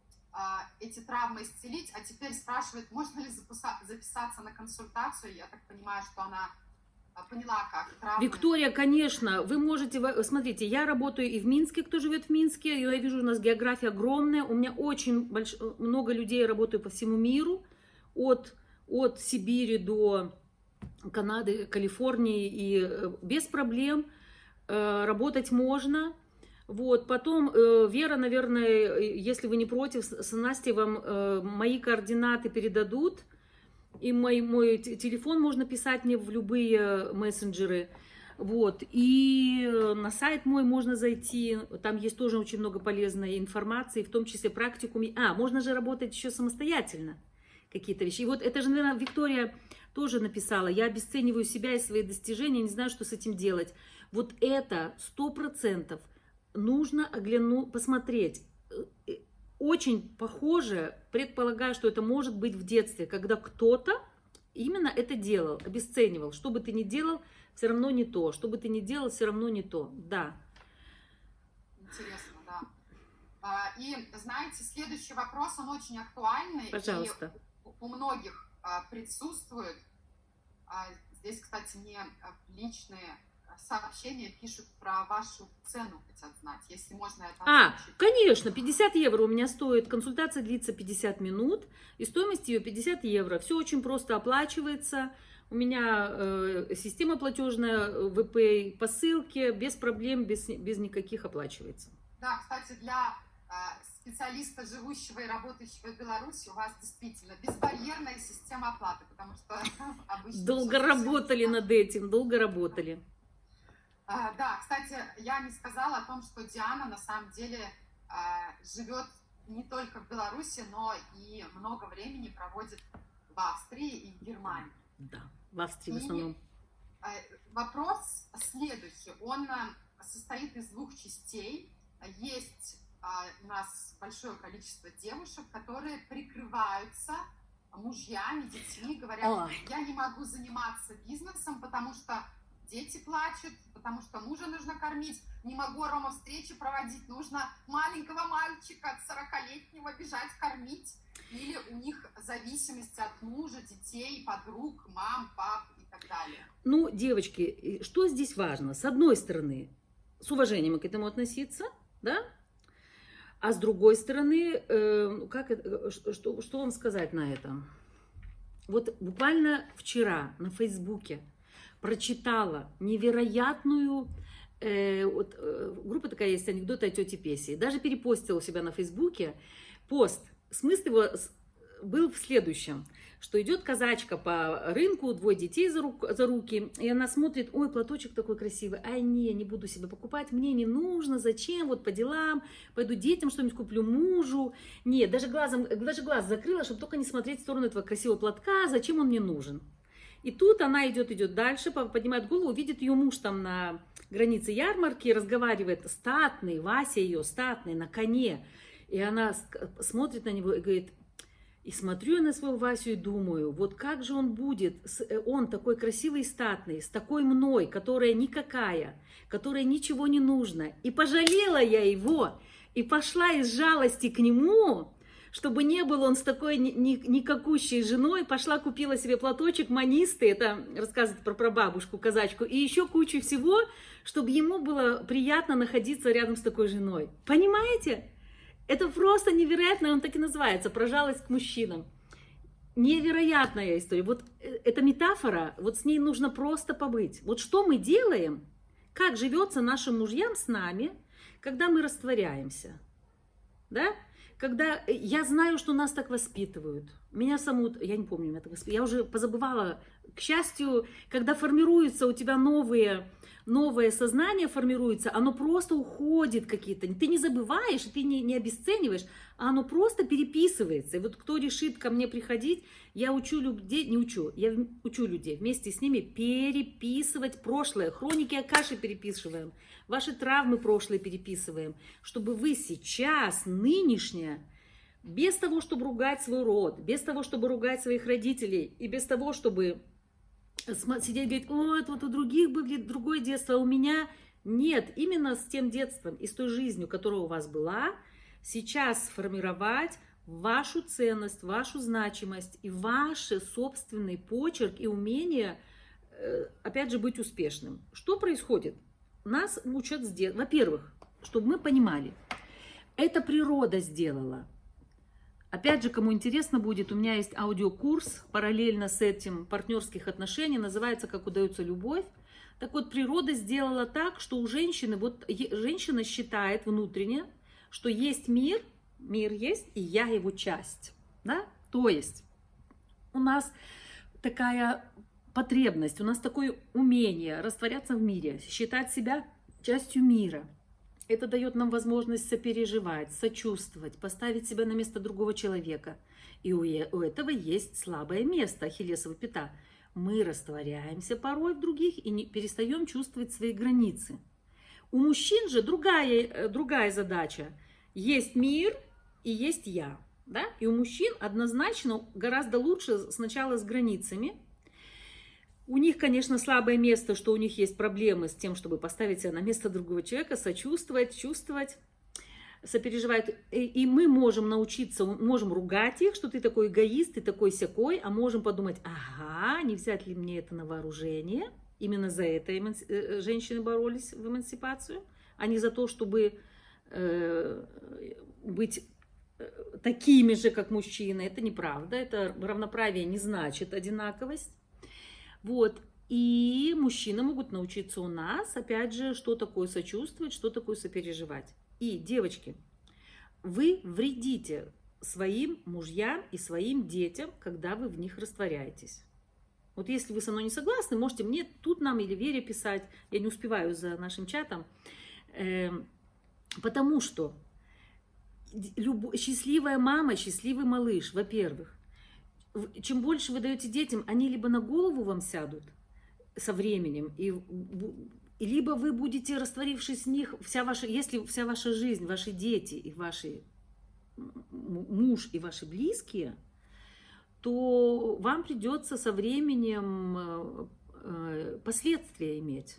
эти травмы исцелить, а теперь спрашивает, можно ли записаться на консультацию. Я так понимаю, что она поняла, как травмы... Виктория, конечно, вы можете... Смотрите, я работаю и в Минске, кто живет в Минске. Я вижу, у нас география огромная. У меня очень больш... много людей, я работаю по всему миру. От, от Сибири до Канады, Калифорнии. И без проблем работать можно. Вот, потом э, Вера, наверное, если вы не против, с Настей вам э, мои координаты передадут, и мой, мой телефон можно писать мне в любые мессенджеры, вот, и на сайт мой можно зайти, там есть тоже очень много полезной информации, в том числе практикуме, а, можно же работать еще самостоятельно, какие-то вещи, и вот это же, наверное, Виктория тоже написала, я обесцениваю себя и свои достижения, не знаю, что с этим делать, вот это сто процентов нужно огляну, посмотреть. Очень похоже, предполагаю, что это может быть в детстве, когда кто-то именно это делал, обесценивал. Что бы ты ни делал, все равно не то. Что бы ты ни делал, все равно не то. Да. Интересно, да. И знаете, следующий вопрос, он очень актуальный. Пожалуйста. И у многих присутствует. Здесь, кстати, не личные сообщения пишут про вашу цену, хотят знать, если можно это А, озвучить. конечно, пятьдесят евро у меня стоит, консультация длится пятьдесят минут, и стоимость ее пятьдесят евро. Все очень просто оплачивается, у меня э, система платежная, ВП, по ссылке, без проблем, без, без никаких оплачивается. Да, кстати, для э, специалиста, живущего и работающего в Беларуси, у вас действительно безбарьерная система оплаты, потому что обычно... Долго работали над этим, долго работали. Uh, да, кстати, я не сказала о том, что Диана на самом деле uh, живет не только в Беларуси, но и много времени проводит в Австрии и в Германии. Да, в Австрии и, в основном. Uh, вопрос следующий. Он uh, состоит из двух частей. Есть uh, у нас большое количество девушек, которые прикрываются мужьями, детьми, говорят, Ой. я не могу заниматься бизнесом, потому что дети плачут, потому что мужа нужно кормить, не могу, Рома, встречи проводить, нужно маленького мальчика сорокалетнего бежать кормить, или у них зависимость от мужа, детей, подруг, мам, пап и так далее. Ну, девочки, что здесь важно? С одной стороны, с уважением к этому относиться, да? А с другой стороны, э, как это, что, что вам сказать на это? Вот буквально вчера на Фейсбуке прочитала невероятную, э, вот, э, группа такая есть, анекдоты о тете Песе, даже перепостила у себя на Фейсбуке пост. Смысл его был в следующем, что идет казачка по рынку, двое детей за, рук, за руки, и она смотрит, ой, платочек такой красивый, ай, не, не буду себе покупать, мне не нужно, зачем, вот по делам, пойду детям что-нибудь куплю, мужу, нет, даже, глазом, даже глаз закрыла, чтобы только не смотреть в сторону этого красивого платка, зачем он мне нужен. И тут она идет, идет дальше, поднимает голову, видит ее муж там на границе ярмарки, разговаривает, статный, Вася ее, статный, на коне. И она смотрит на него и говорит, и смотрю я на своего Васю и думаю, вот как же он будет, он такой красивый и статный, с такой мной, которая никакая, которая ничего не нужно. И пожалела я его, и пошла из жалости к нему, чтобы не был он с такой никакущей женой, пошла купила себе платочек манисты, это рассказывает про прабабушку, казачку, и еще кучу всего, чтобы ему было приятно находиться рядом с такой женой. Понимаете? Это просто невероятно, он так и называется, про жалость к мужчинам. Невероятная история. Вот эта метафора, вот с ней нужно просто побыть. Вот что мы делаем, как живется нашим мужьям с нами, когда мы растворяемся, да? Когда я знаю, что нас так воспитывают, меня саму, я не помню, меня так воспитывают, я уже позабывала, к счастью, когда формируются у тебя новые, новое сознание формируется, оно просто уходит какие-то, ты не забываешь, ты не, не обесцениваешь, а оно просто переписывается. И вот кто решит ко мне приходить, я учу людей, не учу, я учу людей вместе с ними переписывать прошлое, хроники Акаши переписываем, ваши травмы прошлые переписываем, чтобы вы сейчас, нынешнее, без того, чтобы ругать свой род, без того, чтобы ругать своих родителей, и без того, чтобы сидеть и говорить, о, это вот у других были другое детство, а у меня нет. Именно с тем детством и с той жизнью, которая у вас была, сейчас сформировать вашу ценность, вашу значимость и ваш собственный почерк и умение, опять же, быть успешным. Что происходит? Нас учат с детства. Во-первых, чтобы мы понимали, это природа сделала. Опять же, кому интересно будет, у меня есть аудиокурс параллельно с этим партнерских отношений, называется «Как удается любовь». Так вот, природа сделала так, что у женщины, вот женщина считает внутренне, что есть мир, мир есть, и я его часть. Да? То есть у нас такая потребность, у нас такое умение растворяться в мире, считать себя частью мира. Это дает нам возможность сопереживать, сочувствовать, поставить себя на место другого человека. И у этого есть слабое место, ахиллесова пята. Мы растворяемся порой в других и не перестаем чувствовать свои границы. У мужчин же другая, другая задача. Есть мир и есть я. Да? И у мужчин однозначно гораздо лучше сначала с границами. У них, конечно, слабое место, что у них есть проблемы с тем, чтобы поставить себя на место другого человека, сочувствовать, чувствовать, сопереживать. И мы можем научиться, можем ругать их, что ты такой эгоист, ты такой сякой, а можем подумать, ага, не взять ли мне это на вооружение. Именно за это эманси... женщины боролись в эмансипацию, а не за то, чтобы э, быть такими же, как мужчины. Это неправда, это равноправие не значит одинаковость. Вот, и мужчины могут научиться у нас, опять же, что такое сочувствовать, что такое сопереживать. И, девочки, вы вредите своим мужьям и своим детям, когда вы в них растворяетесь. Вот если вы со мной не согласны, можете мне тут нам или Вере писать, я не успеваю за нашим чатом, э, потому что люб... счастливая мама, счастливый малыш, во-первых, чем больше вы даете детям, они либо на голову вам сядут со временем, и, и либо вы будете, растворившись в них, вся ваша, если вся ваша жизнь, ваши дети и ваши муж и ваши близкие, то вам придется со временем последствия иметь.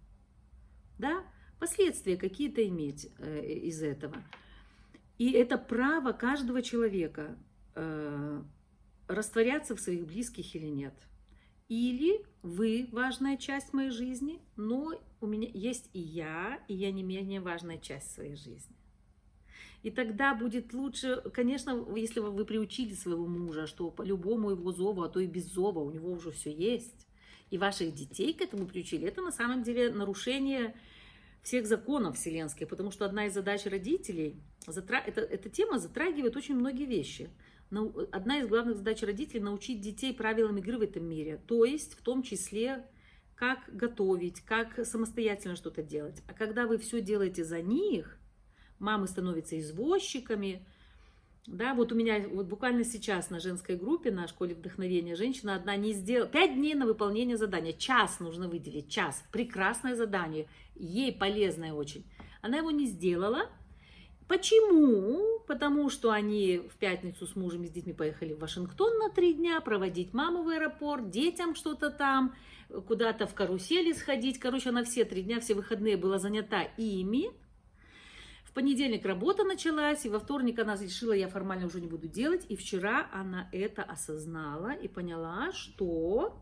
Да? Последствия какие-то иметь из этого. И это право каждого человека растворяться в своих близких или нет. Или вы важная часть моей жизни, но у меня есть и я, и я не менее важная часть своей жизни. И тогда будет лучше, конечно, если вы приучили своего мужа, что по любому его зову, а то и без зова, у него уже все есть, и ваших детей к этому приучили, это на самом деле нарушение всех законов вселенских, потому что одна из задач родителей, затра... это, эта тема затрагивает очень многие вещи. Одна из главных задач родителей – научить детей правилам игры в этом мире. То есть, в том числе, как готовить, как самостоятельно что-то делать. А когда вы все делаете за них, мамы становятся извозчиками, Да, вот у меня вот буквально сейчас на женской группе, на школе вдохновения, женщина одна не сделала, пять дней на выполнение задания, час нужно выделить, час, прекрасное задание, ей полезное очень. Она его не сделала. Почему? Потому что они в пятницу с мужем и с детьми поехали в Вашингтон на три дня, проводить маму в аэропорт, детям что-то там, куда-то в карусели сходить. Короче, она все три дня, все выходные была занята ими. В понедельник работа началась, и во вторник она решила, я формально уже не буду делать. И вчера она это осознала и поняла, что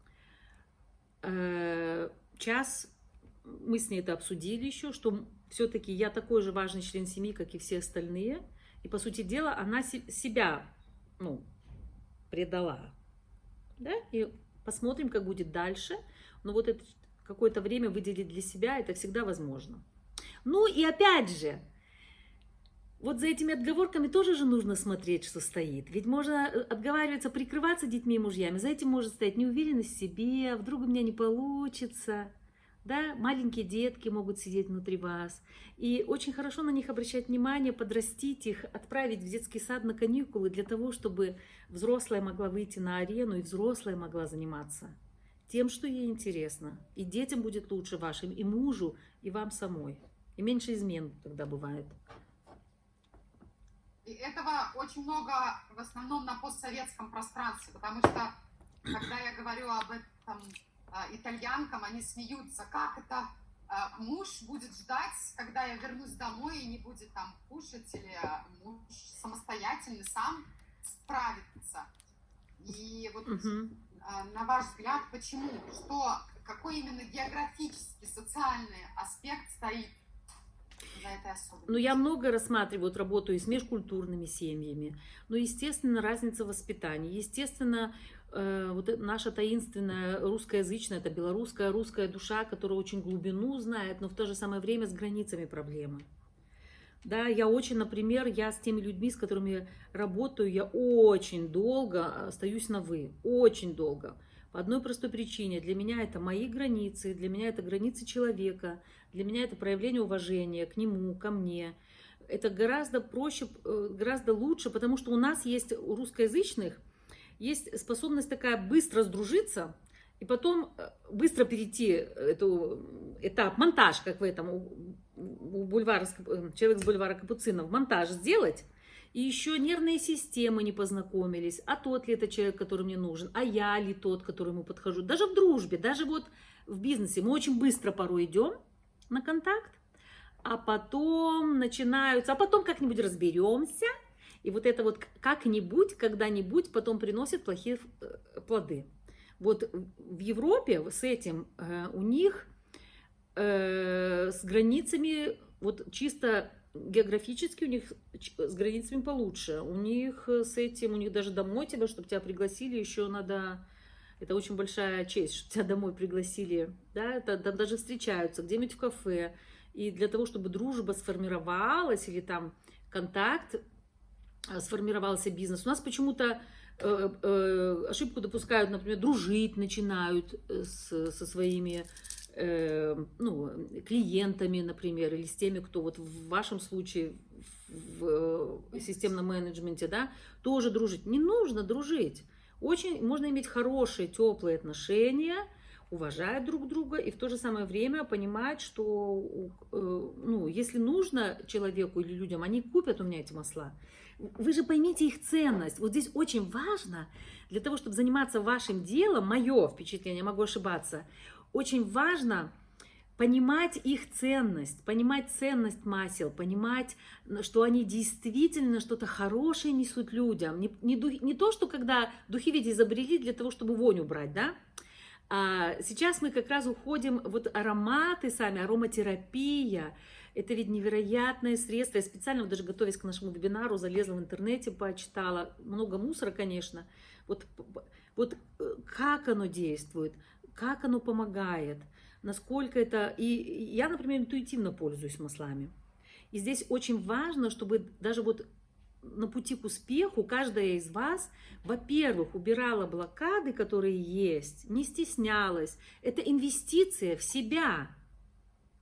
э, час, мы с ней это обсудили еще, что все-таки я такой же важный член семьи, как и все остальные. И, по сути дела, она себя, ну, предала. Да? И посмотрим, как будет дальше. Но вот это какое-то время выделить для себя, это всегда возможно. Ну и опять же, вот за этими отговорками тоже же нужно смотреть, что стоит. Ведь можно отговариваться, прикрываться детьми и мужьями. За этим может стоять неуверенность в себе, вдруг у меня не получится. Да? Маленькие детки могут сидеть внутри вас. И очень хорошо на них обращать внимание, подрастить их, отправить в детский сад на каникулы для того, чтобы взрослая могла выйти на арену и взрослая могла заниматься тем, что ей интересно. И детям будет лучше вашим, и мужу, и вам самой. И меньше измен тогда бывает. И этого очень много в основном на постсоветском пространстве, потому что, когда я говорю об этом э, итальянкам, они смеются, как это э, муж будет ждать, когда я вернусь домой и не будет там кушать, или муж самостоятельный сам справится. И вот Угу. э, на ваш взгляд, почему? Что, какой именно географический, социальный аспект стоит? Ну, я много рассматриваю, вот, работаю с межкультурными семьями. Ну, естественно, разница в воспитании. Естественно, э, вот наша таинственная русскоязычная, это белорусская, русская душа, которая очень глубину знает, но в то же самое время с границами проблемы. Да, я очень, например, я с теми людьми, с которыми работаю, я очень долго остаюсь на «вы», очень долго. По одной простой причине. Для меня это мои границы, для меня это границы человека, для меня это проявление уважения к нему, ко мне. Это гораздо проще, гораздо лучше, потому что у нас есть, у русскоязычных, есть способность такая быстро сдружиться и потом быстро перейти эту этап, монтаж, как в этом, у бульвара, человек с бульвара Капуцинов, монтаж сделать. И еще нервные системы не познакомились. А тот ли это человек, который мне нужен? А я ли тот, к которому подхожу? Даже в дружбе, даже вот в бизнесе. Мы очень быстро порой идем на контакт, а потом начинаются, а потом как-нибудь разберемся. И вот это вот как-нибудь, когда-нибудь потом приносит плохие плоды. Вот в Европе с этим у них с границами вот чисто... Географически у них с границами получше. У них с этим, у них даже домой тебя, чтобы тебя пригласили, еще надо... Это очень большая честь, что тебя домой пригласили. Да? Это, там даже встречаются где-нибудь в кафе. И для того, чтобы дружба сформировалась или там контакт сформировался, бизнес. У нас почему-то э, э, ошибку допускают, например, дружить начинают с, со своими... ну, клиентами, например, или с теми, кто вот в вашем случае в системном менеджменте, да, тоже дружить. Не нужно дружить. Очень можно иметь хорошие, теплые отношения, уважать друг друга и в то же самое время понимать, что, ну, если нужно человеку или людям, они купят у меня эти масла. Вы же поймите их ценность. Вот здесь очень важно для того, чтобы заниматься вашим делом, мое впечатление, могу ошибаться, очень важно понимать их ценность, понимать ценность масел, понимать, что они действительно что-то хорошее несут людям. Не, не, дух, не то, что когда духи ведь изобрели для того, чтобы вонь убрать, да? А сейчас мы как раз уходим, вот ароматы сами, ароматерапия, это ведь невероятное средство. Я специально, вот даже готовясь к нашему вебинару, залезла в интернете, почитала, много мусора, конечно. Вот, вот как оно действует, как оно помогает, насколько это... И я, например, интуитивно пользуюсь маслами. И здесь очень важно, чтобы даже вот на пути к успеху каждая из вас, во-первых, убирала блокады, которые есть, не стеснялась. Это инвестиция в себя.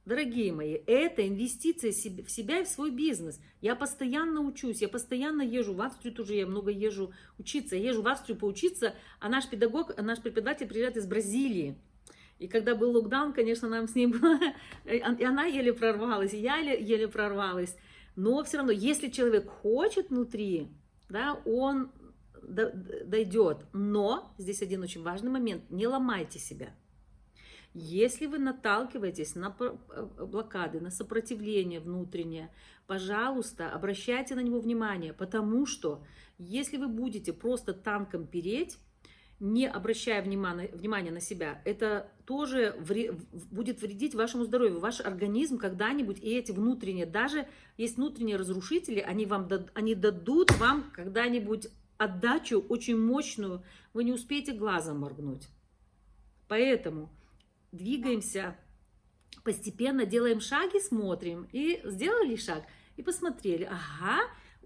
Дорогие мои, это инвестиция в себя и в свой бизнес. Я постоянно учусь, я постоянно езжу в Австрию, тоже я много езжу учиться. Я езжу в Австрию поучиться, а наш педагог, наш преподаватель приезжает из Бразилии. И когда был локдаун, конечно, нам с ним было, и она еле прорвалась, и я еле прорвалась. Но все равно, если человек хочет внутри, да, он дойдет. Но здесь один очень важный момент: не ломайте себя. Если вы наталкиваетесь на блокады, на сопротивление внутреннее, пожалуйста, обращайте на него внимание, потому что если вы будете просто танком переть, не обращая внимания, внимания на себя, это тоже вре, будет вредить вашему здоровью. Ваш организм когда-нибудь, и эти внутренние, даже есть внутренние разрушители, они, вам, они дадут вам когда-нибудь отдачу очень мощную, вы не успеете глазом моргнуть. Поэтому двигаемся постепенно, делаем шаги, смотрим, и сделали шаг, и посмотрели, ага,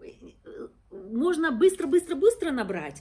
можно быстро-быстро-быстро набрать,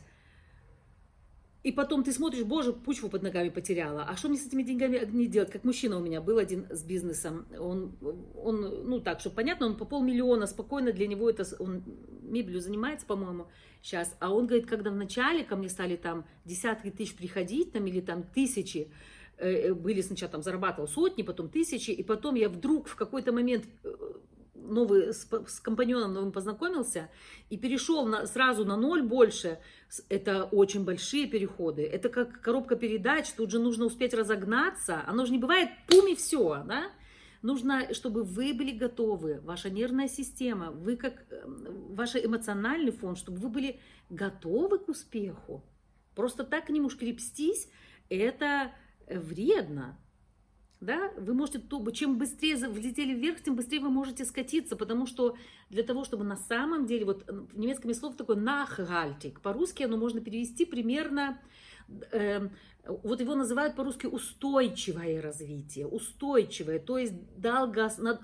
и потом ты смотришь, боже, почву под ногами потеряла, а что мне с этими деньгами не делать? Как мужчина у меня был один с бизнесом, он, он ну так, чтобы понятно, он по полмиллиона, спокойно для него это, он мебелью занимается, по-моему, сейчас, а он говорит, когда вначале ко мне стали там десятки тысяч приходить, там, или там тысячи, были сначала там, зарабатывал сотни, потом тысячи, и потом я вдруг в какой-то момент новый, с, с компаньоном новым познакомился и перешел на, сразу на ноль больше. Это очень большие переходы, это как коробка передач, тут же нужно успеть разогнаться, оно же не бывает пум и все, да? Нужно, чтобы вы были готовы, ваша нервная система, вы как, ваш эмоциональный фон, чтобы вы были готовы к успеху. Просто так к нему шкребстись, это вредно, да, вы можете, чем быстрее взлетели вверх, тем быстрее вы можете скатиться, потому что для того, чтобы на самом деле, вот в немецком есть слово такое nachhaltig, по-русски оно можно перевести примерно, э, вот его называют по-русски устойчивое развитие, устойчивое, то есть долгос, над,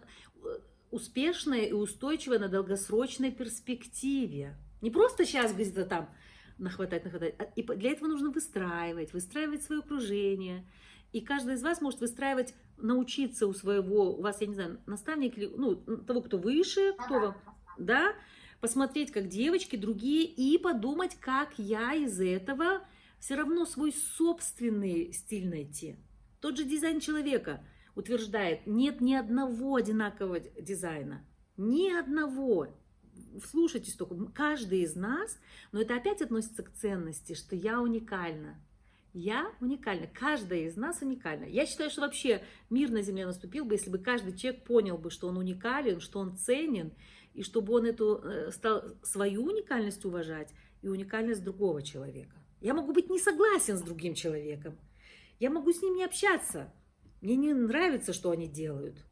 успешное и устойчивое на долгосрочной перспективе, не просто сейчас где-то там нахватать, нахватать. И для этого нужно выстраивать, выстраивать свое окружение. И каждый из вас может выстраивать, научиться у своего, у вас, я не знаю, наставника, ну, того, кто выше, кто вам, да, посмотреть, как девочки, другие, и подумать, как я из этого все равно свой собственный стиль найти. Тот же дизайн человека утверждает, нет ни одного одинакового дизайна, ни одного. Вслушайтесь только, каждый из нас, но это опять относится к ценности, что я уникальна. Я уникальна, каждая из нас уникальна. Я считаю, что вообще мир на земле наступил бы, если бы каждый человек понял бы, что он уникален, что он ценен, и чтобы он эту, стал свою уникальность уважать и уникальность другого человека. Я могу быть не согласен с другим человеком, я могу с ним не общаться, мне не нравится, что они делают,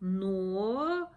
но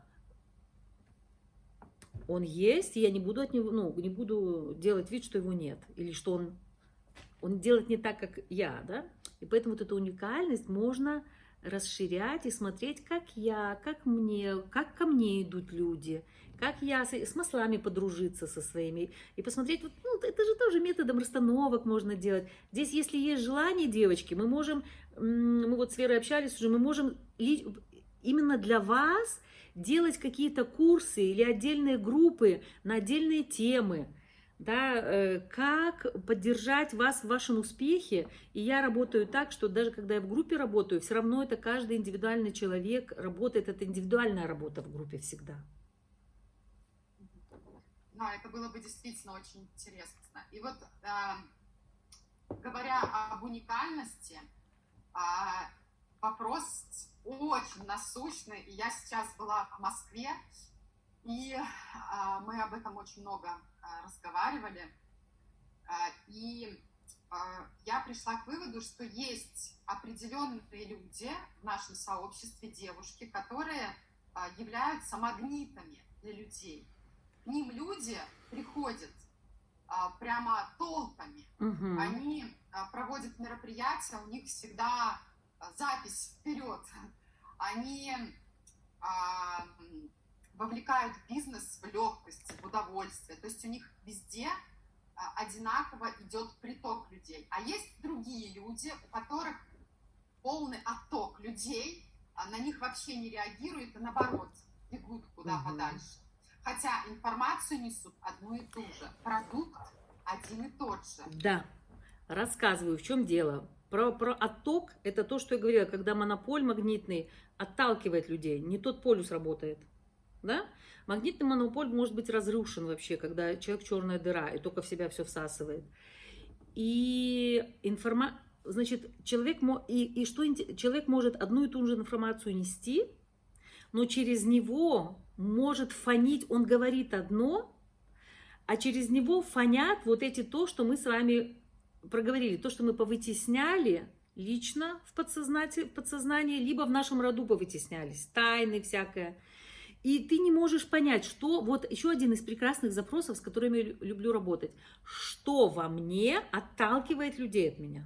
он есть, и я не буду от него, ну, не буду делать вид, что его нет, или что он, он делает не так, как я, да, и поэтому вот эту уникальность можно расширять и смотреть, как я, как мне, как ко мне идут люди, как я с, с маслами подружиться со своими, и посмотреть, вот, ну, это же тоже методом расстановок можно делать. Здесь, если есть желание, девочки, мы можем, мы вот с Верой общались уже, мы можем именно для вас делать какие-то курсы или отдельные группы на отдельные темы, да, как поддержать вас в вашем успехе. И я работаю так, что даже когда я в группе работаю, все равно это каждый индивидуальный человек работает, это индивидуальная работа в группе всегда. Да, это было бы действительно очень интересно. И вот, э, говоря об уникальности, э, вопрос очень насущный. И я сейчас была в Москве, и э, мы об этом очень много э, разговаривали. Э, и э, я пришла к выводу, что есть определенные люди в нашем сообществе, девушки, которые э, являются магнитами для людей. К ним люди приходят а, прямо толпами. Uh-huh. Они а, проводят мероприятия, у них всегда а, запись вперед. Они а, вовлекают бизнес в легкость, в удовольствие. То есть у них везде а, одинаково идет приток людей. А есть другие люди, у которых полный отток людей, на них вообще не реагируют, а наоборот, бегут куда Мгм. подальше. Хотя информацию несут одну и ту же, продукт один и тот же. Да, рассказываю, в чем дело. Про, про отток, это то, что я говорила, когда монополь магнитный отталкивает людей, не тот полюс работает. Да? Магнитный монополь может быть разрушен вообще, когда человек черная дыра и только в себя все всасывает. И информа... Значит, человек, мо... и, и что инте- человек может одну и ту же информацию нести, но через него может фонить, он говорит одно, а через него фонят вот эти то, что мы с вами проговорили, то, что мы повытесняли лично в подсознании, в подсознании, либо в нашем роду повытеснялись, тайны всякое. И ты не можешь понять, что... Вот еще один из прекрасных запросов, с которыми я люблю работать. Что во мне отталкивает людей от меня?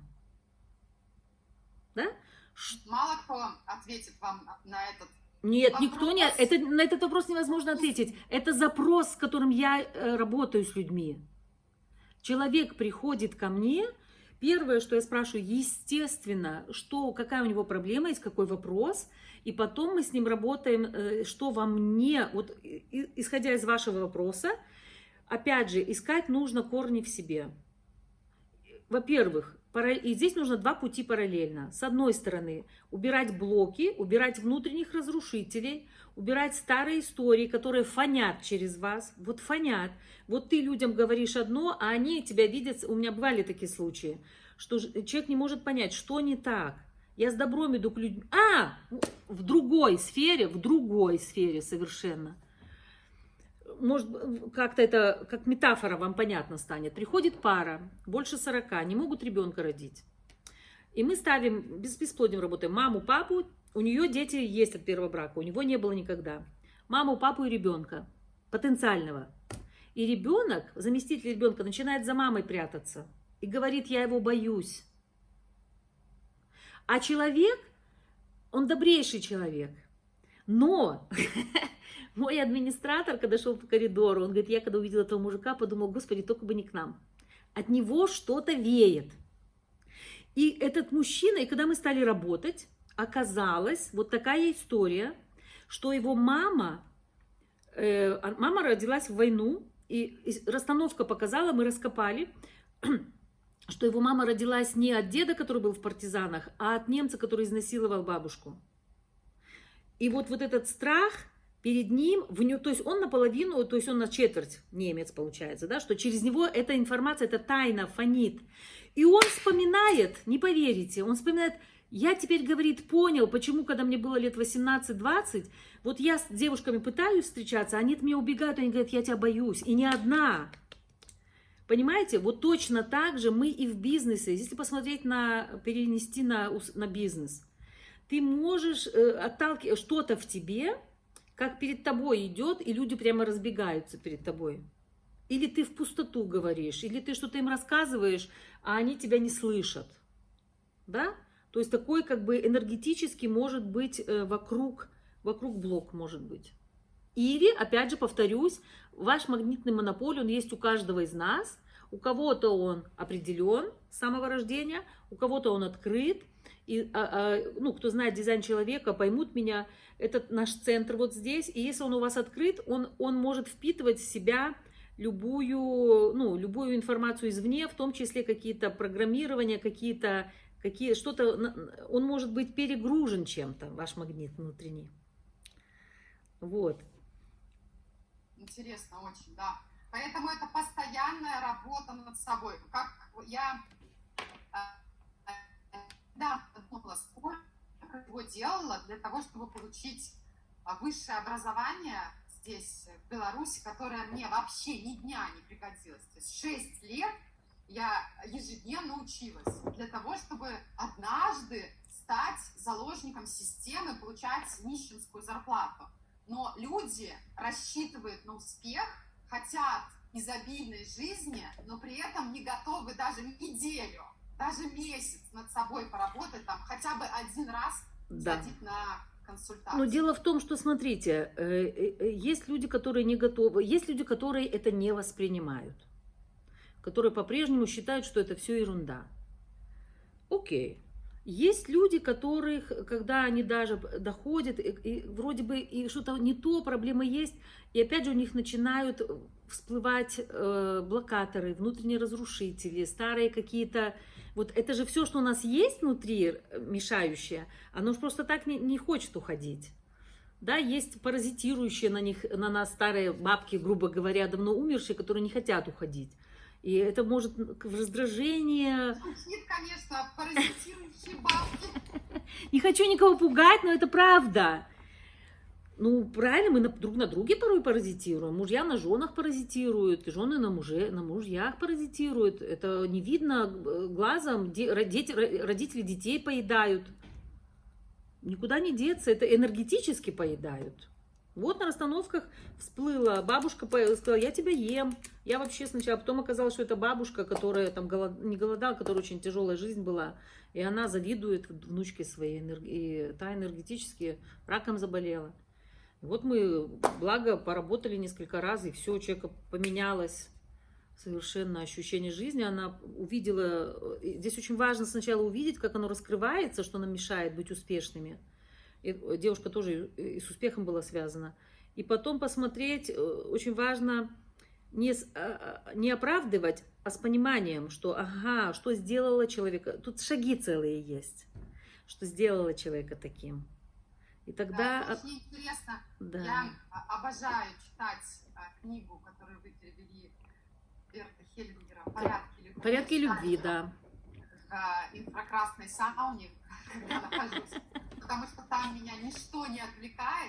Да? Мало кто ответит вам на этот Нет, вопрос. никто не... Это, на этот вопрос невозможно ответить. Это запрос, с которым я э, работаю с людьми. Человек приходит ко мне, первое, что я спрашиваю, естественно, что, какая у него проблема есть, какой вопрос, и потом мы с ним работаем, э, что во мне, вот и, исходя из вашего вопроса, опять же, искать нужно корни в себе. Во-первых, и здесь нужно два пути параллельно. С одной стороны, убирать блоки, убирать внутренних разрушителей, убирать старые истории, которые фонят через вас. Вот фонят. Вот ты людям говоришь одно, а они тебя видят. У меня бывали такие случаи, что человек не может понять, что не так. Я с добром иду к людям. А! В другой сфере, в другой сфере совершенно. Может, как-то это, как метафора вам понятно станет. Приходит пара, больше сорока, не могут ребенка родить. И мы ставим, без бесплодием работаем, маму, папу, у нее дети есть от первого брака, у него не было никогда. Маму, папу и ребенка, потенциального. И ребенок, заместитель ребенка, начинает за мамой прятаться и говорит, я его боюсь. А человек, он добрейший человек. Но мой администратор, когда шел по коридору, он говорит, я когда увидела этого мужика, подумал, господи, только бы не к нам. От него что-то веет. И этот мужчина, и когда мы стали работать, оказалась вот такая история, что его мама, э, мама родилась в войну, и, и расстановка показала, мы раскопали, что его мама родилась не от деда, который был в партизанах, а от немца, который изнасиловал бабушку. И вот, вот этот страх перед ним, в нем, то есть он наполовину, то есть он на четверть немец получается, да, что через него эта информация, эта тайна фонит. И он вспоминает, не поверите, он вспоминает, я теперь, говорит, понял, почему, когда мне было лет восемнадцать-двадцать, вот я с девушками пытаюсь встречаться, они от меня убегают, они говорят, я тебя боюсь, и не одна. Понимаете, вот точно так же мы и в бизнесе, если посмотреть на, перенести на, на бизнес, ты можешь э, отталкивать что-то в тебе, как перед тобой идет, и люди прямо разбегаются перед тобой. Или ты в пустоту говоришь, или ты что-то им рассказываешь, а они тебя не слышат. Да? То есть такой как бы энергетический может быть э, вокруг, вокруг блок может быть. Или, опять же, повторюсь, ваш магнитный монополь, он есть у каждого из нас. У кого-то он определен с самого рождения, у кого-то он открыт. И, а, а, ну, кто знает дизайн человека, поймут меня, это наш центр вот здесь. И если он у вас открыт, он, он может впитывать в себя любую, ну, любую информацию извне, в том числе какие-то программирования, какие-то, какие, что-то, он может быть перегружен чем-то, ваш магнит внутренний. Вот. Интересно очень, да. Поэтому это постоянная работа над собой. Как я... Да, думала, сколько его делала для того, чтобы получить высшее образование здесь, в Беларуси, которое мне вообще ни дня не пригодилось. То есть шесть лет я ежедневно училась для того, чтобы однажды стать заложником системы, получать нищенскую зарплату. Но люди рассчитывают на успех, хотят изобильной жизни, но при этом не готовы даже неделю, даже месяц над собой поработать, там, хотя бы один раз да. сходить на консультацию. Но дело в том, что, смотрите, есть люди, которые не готовы, есть люди, которые это не воспринимают, которые по-прежнему считают, что это все ерунда. Окей. Есть люди, которых, когда они даже доходят, и, и вроде бы и что-то не то, проблема есть, и опять же у них начинают всплывать э, блокаторы, внутренние разрушители, старые какие-то... Вот это же все, что у нас есть внутри, мешающее, оно же просто так не, не хочет уходить. Да, есть паразитирующие на них, на нас старые бабки, грубо говоря, давно умершие, которые не хотят уходить. И это может в раздражение... Звучит, конечно, паразитирующие бабки. Не хочу никого пугать, но это правда. Ну, правильно, мы друг на друге порой паразитируем. Мужья на женах паразитируют, жены на, муже, на мужьях паразитируют. Это не видно глазом. Дети, родители детей поедают. Никуда не деться, это энергетически поедают. Вот на расстановках всплыла, бабушка сказала, я тебя ем. Я вообще сначала, потом оказалось, что это бабушка, которая там голод, не голодала, которая очень тяжелая жизнь была. И она завидует внучке своей, и та энергетически раком заболела. И вот мы, благо, поработали несколько раз, и все, у человека поменялось совершенно ощущение жизни. Она увидела, здесь очень важно сначала увидеть, как оно раскрывается, что нам мешает быть успешными. И девушка тоже и с успехом была связана. И потом посмотреть, очень важно не, не оправдывать, а с пониманием, что ага, что сделала человека. Тут шаги целые есть, что сделала человека таким. И тогда... Да, очень интересно. Да. Я обожаю читать книгу, которую вы перевели Берта Хеллингера «Порядки любви». «Порядки любви», да. В инфракрасной сауне, когда нахожусь. Потому что там меня ничто не отвлекает.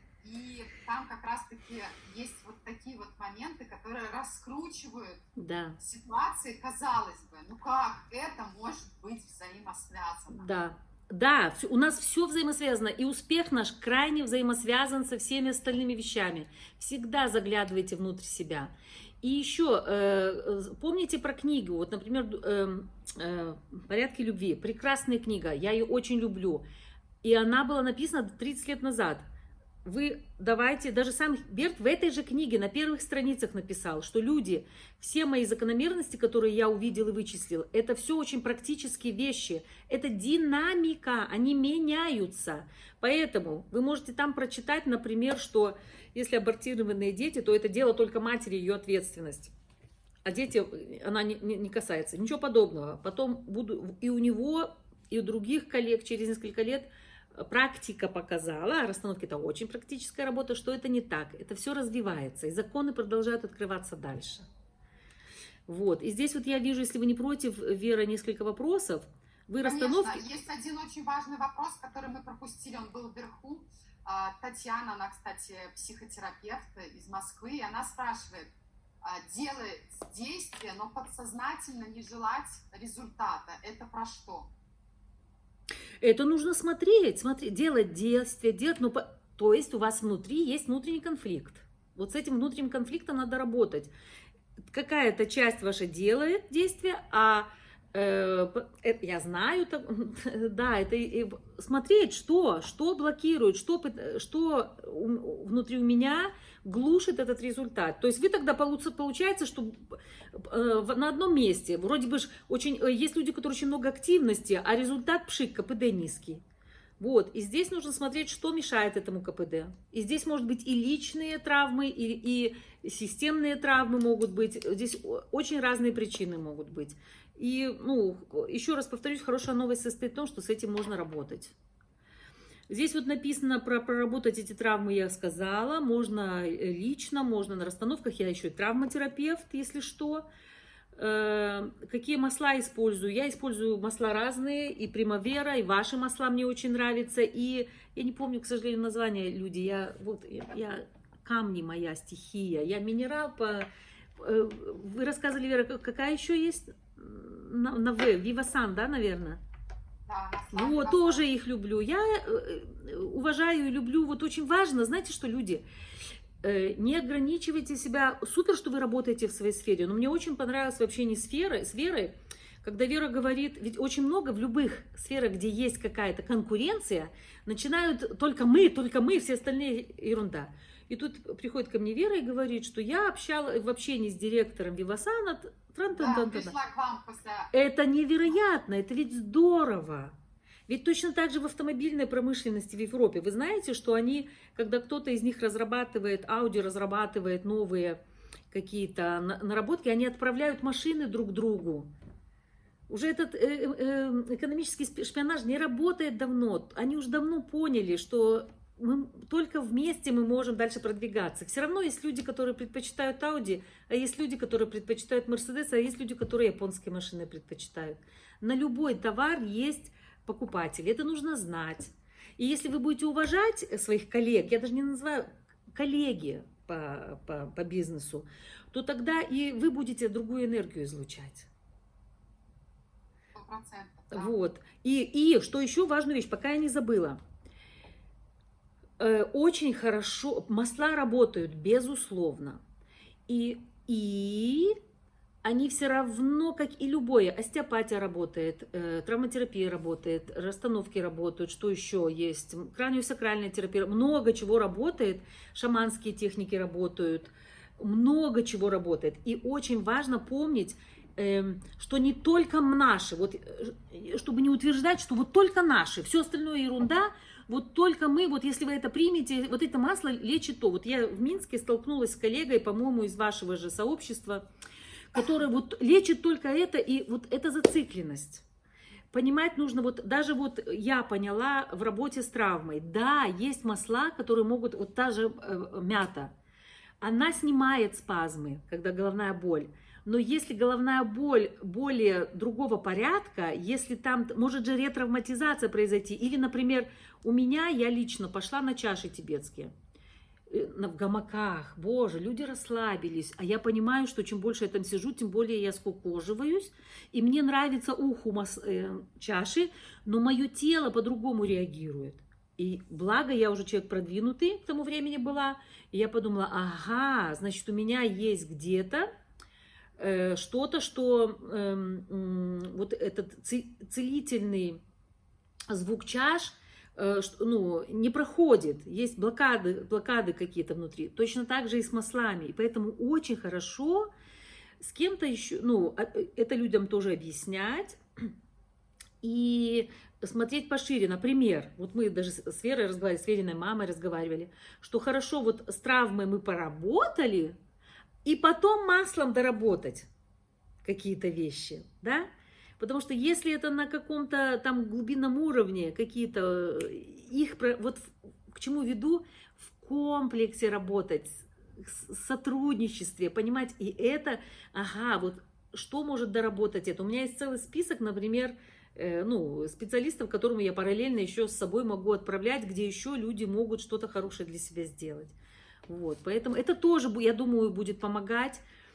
И там как раз-таки есть вот такие вот моменты, которые раскручивают да. ситуации, казалось бы. Ну как это может быть взаимосвязано? Да. Да, у нас все взаимосвязано, и успех наш крайне взаимосвязан со всеми остальными вещами. Всегда заглядывайте внутрь себя. И еще э, помните про книгу, вот, например, э, э, «Порядки любви». Прекрасная книга, я ее очень люблю. И она была написана тридцать лет назад. Вы давайте, даже сам Берт в этой же книге на первых страницах написал, что люди, все мои закономерности, которые я увидел и вычислил, это все очень практические вещи, это динамика, они меняются. Поэтому вы можете там прочитать, например, что если абортированные дети, то это дело только матери, ее ответственность. А дети, она не, не, не касается. Ничего подобного. Потом буду и у него, и у других коллег через несколько лет практика показала, а расстановки это очень практическая работа, что это не так. Это все развивается, и законы продолжают открываться дальше. Вот. И здесь вот я вижу, если вы не против, Вера, несколько вопросов. Вы Конечно, расстановки... есть один очень важный вопрос, который мы пропустили, он был вверху. Татьяна, она, кстати, психотерапевт из Москвы, и она спрашивает, делать действия, но подсознательно не желать результата. Это про что? Это нужно смотреть, смотреть, делать действия, делать, но, то есть у вас внутри есть внутренний конфликт. Вот с этим внутренним конфликтом надо работать. Какая-то часть ваша делает действия, а э, я знаю, да, это и, смотреть, что, что блокирует, что, что внутри у меня глушит этот результат. То есть вы тогда получается, что на одном месте, вроде бы очень, есть люди, которые очень много активности, а результат пшик, КПД низкий. Вот, и здесь нужно смотреть, что мешает этому КПД. И здесь может быть и личные травмы, и, и системные травмы могут быть. Здесь очень разные причины могут быть. И, ну, еще раз повторюсь, хорошая новость состоит в том, что с этим можно работать. Здесь вот написано про проработать эти травмы, я сказала. Можно лично, можно на расстановках. Я еще и травматерапевт, если что. Какие масла использую? Я использую масла разные, и Примавера, и ваши масла мне очень нравятся. И я не помню, к сожалению, название, люди. Я, вот, я, я камни моя стихия. Я минерал по... Вы рассказывали, Вера, какая еще есть? На, на В, Вивасан, да, наверное? Вот, тоже их люблю. Я уважаю и люблю. Вот очень важно, знаете что, люди, не ограничивайте себя. Супер, что вы работаете в своей сфере. Но мне очень понравилось в общении с Верой, с Верой, когда Вера говорит, ведь очень много в любых сферах, где есть какая-то конкуренция, начинают только мы, только мы, все остальные ерунда. И тут приходит ко мне Вера и говорит, что я общалась в общении с директором Вивасана. Да, пришла к вам после... Это невероятно, это ведь здорово. Ведь точно так же в автомобильной промышленности в Европе. Вы знаете, что они, когда кто-то из них разрабатывает, Audi разрабатывает новые какие-то наработки, они отправляют машины друг другу. Уже этот экономический шпионаж не работает давно. Они уже давно поняли, что мы, только вместе мы можем дальше продвигаться. Все равно есть люди, которые предпочитают Audi, а есть люди, которые предпочитают Mercedes, а есть люди, которые японские машины предпочитают. На любой товар есть покупатели. Это нужно знать. И если вы будете уважать своих коллег, я даже не называю коллеги по, по, по бизнесу, то тогда и вы будете другую энергию излучать. сто процентов, да. Вот. И, и что еще важную вещь, пока я не забыла. Э, очень хорошо, масла работают, безусловно. И, и они все равно, как и любое, остеопатия работает, э, травматерапия работает, расстановки работают, что еще есть, краниосакральная терапия, много чего работает, шаманские техники работают, много чего работает. И очень важно помнить, э, что не только наши, вот, чтобы не утверждать, что вот только наши, все остальное ерунда, вот только мы, вот если вы это примете, вот это масло лечит то. Вот я в Минске столкнулась с коллегой, по-моему, из вашего же сообщества, которая вот лечит только это, и вот это зацикленность. Понимать нужно, вот даже вот я поняла в работе с травмой, да, есть масла, которые могут, вот та же э, мята, она снимает спазмы, когда головная боль. Но если головная боль более другого порядка, если там может же ретравматизация произойти, или, например, у меня, я лично пошла на чаши тибетские, в гамаках, боже, люди расслабились, а я понимаю, что чем больше я там сижу, тем более я скукоживаюсь, и мне нравится уху э, чаши, но мое тело по-другому реагирует. И благо я уже человек продвинутый к тому времени была, и я подумала, ага, значит, у меня есть где-то э, что-то, что э, э, вот этот целительный звук чаш, ну, не проходит, есть блокады, блокады какие-то внутри, точно так же и с маслами, и поэтому очень хорошо с кем-то еще, ну, это людям тоже объяснять и смотреть пошире, например, вот мы даже с Верой разговаривали, с Вериной мамой разговаривали, что хорошо вот с травмой мы поработали, и потом маслом доработать какие-то вещи, да. Потому что если это на каком-то там глубинном уровне, какие-то их, вот к чему веду, в комплексе работать, в сотрудничестве, понимать, и это, ага, вот что может доработать это. У меня есть целый список, например, э, ну, специалистов, которым я параллельно еще с собой могу отправлять, где еще люди могут что-то хорошее для себя сделать. Вот, поэтому это тоже, я думаю, будет помогать.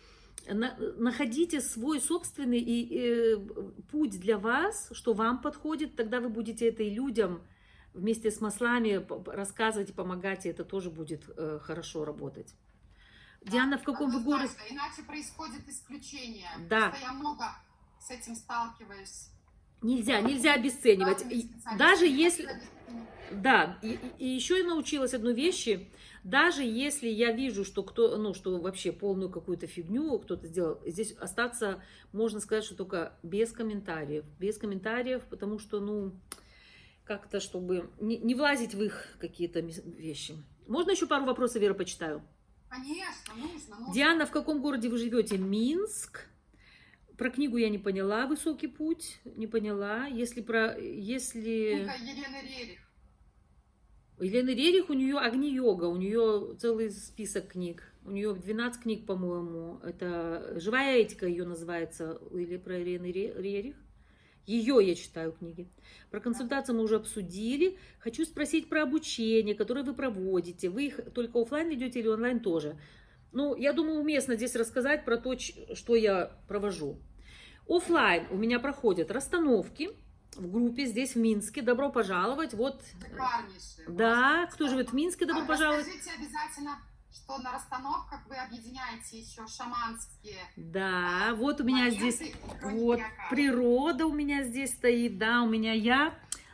Находите свой собственный и, и, путь для вас, что вам подходит, тогда вы будете это и людям вместе с маслами рассказывать и помогать, и это тоже будет э, хорошо работать. Да, Диана, в каком вы городе? Иначе происходит исключение. Да. Просто я много с этим сталкиваюсь. Нельзя, нельзя обесценивать. Даже если... Да, и, и еще я научилась одной вещи. Даже если я вижу, что кто, ну, что вообще полную какую-то фигню кто-то сделал, здесь остаться, можно сказать, что только без комментариев. Без комментариев, потому что, ну, как-то, чтобы не, не влазить в их какие-то вещи. Можно еще пару вопросов, Вера, почитаю? Конечно, нужно, нужно. Диана, в каком городе вы живете? Минск. Про книгу я не поняла, «Высокий путь», не поняла. Если про... Если... Книга Елены Рерих. Елены Рерих, у нее «Агни-йога», у нее целый список книг. У нее двенадцать книг, по-моему. Это «Живая этика» ее называется. Или про Елену Рерих. Ее я читаю книги. Про консультацию мы уже обсудили. Хочу спросить про обучение, которое вы проводите. Вы их только офлайн ведете или онлайн тоже? Ну, я думаю, уместно здесь рассказать про то, что я провожу. Офлайн у меня проходят расстановки в группе здесь, в Минске. Добро пожаловать. Вот. Шикарнейшие. Да, кто живет в Минске, добро а пожаловать. Расскажите обязательно, что на расстановках вы объединяете еще шаманские. Да, вот у меня здесь вот природа у меня здесь стоит. Да, у меня я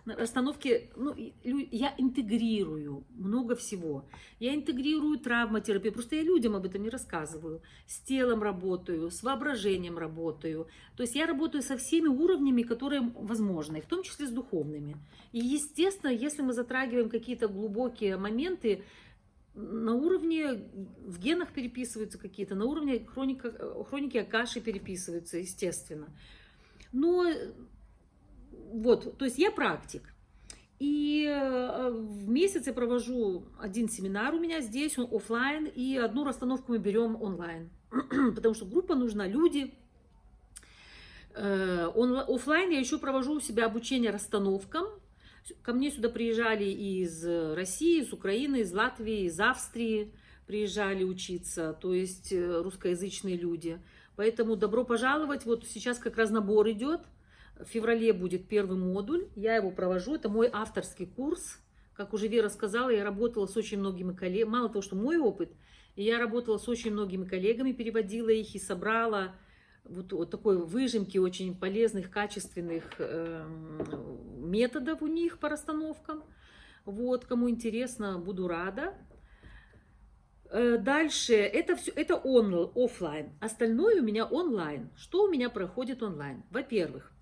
расстановки, ну, я интегрирую много всего. Я интегрирую травматерапию, просто я людям об этом не рассказываю. С телом работаю, с воображением работаю. То есть я работаю со всеми уровнями, которые возможны, в том числе с духовными. И, естественно, если мы затрагиваем какие-то глубокие моменты, на уровне, в генах переписываются какие-то, на уровне хроника, хроники Акаши переписываются, естественно. Но вот, то есть я практик. И в месяц я провожу один семинар у меня здесь, он офлайн, и одну расстановку мы берем онлайн. Потому что группа нужна, люди. Офлайн я еще провожу у себя обучение расстановкам. Ко мне сюда приезжали из России, из Украины, из Латвии, из Австрии приезжали учиться, то есть русскоязычные люди. Поэтому добро пожаловать. Вот сейчас как раз набор идет. В феврале будет первый модуль. Я его провожу. Это мой авторский курс. Как уже Вера сказала, я работала с очень многими коллегами. Мало того, что мой опыт, я работала с очень многими коллегами, переводила их и собрала вот, вот такой выжимки очень полезных, качественных э, методов у них по расстановкам. Вот, кому интересно, буду рада. Э, дальше, это все, это он, офлайн. Остальное у меня онлайн. Что у меня проходит онлайн? Во-первых,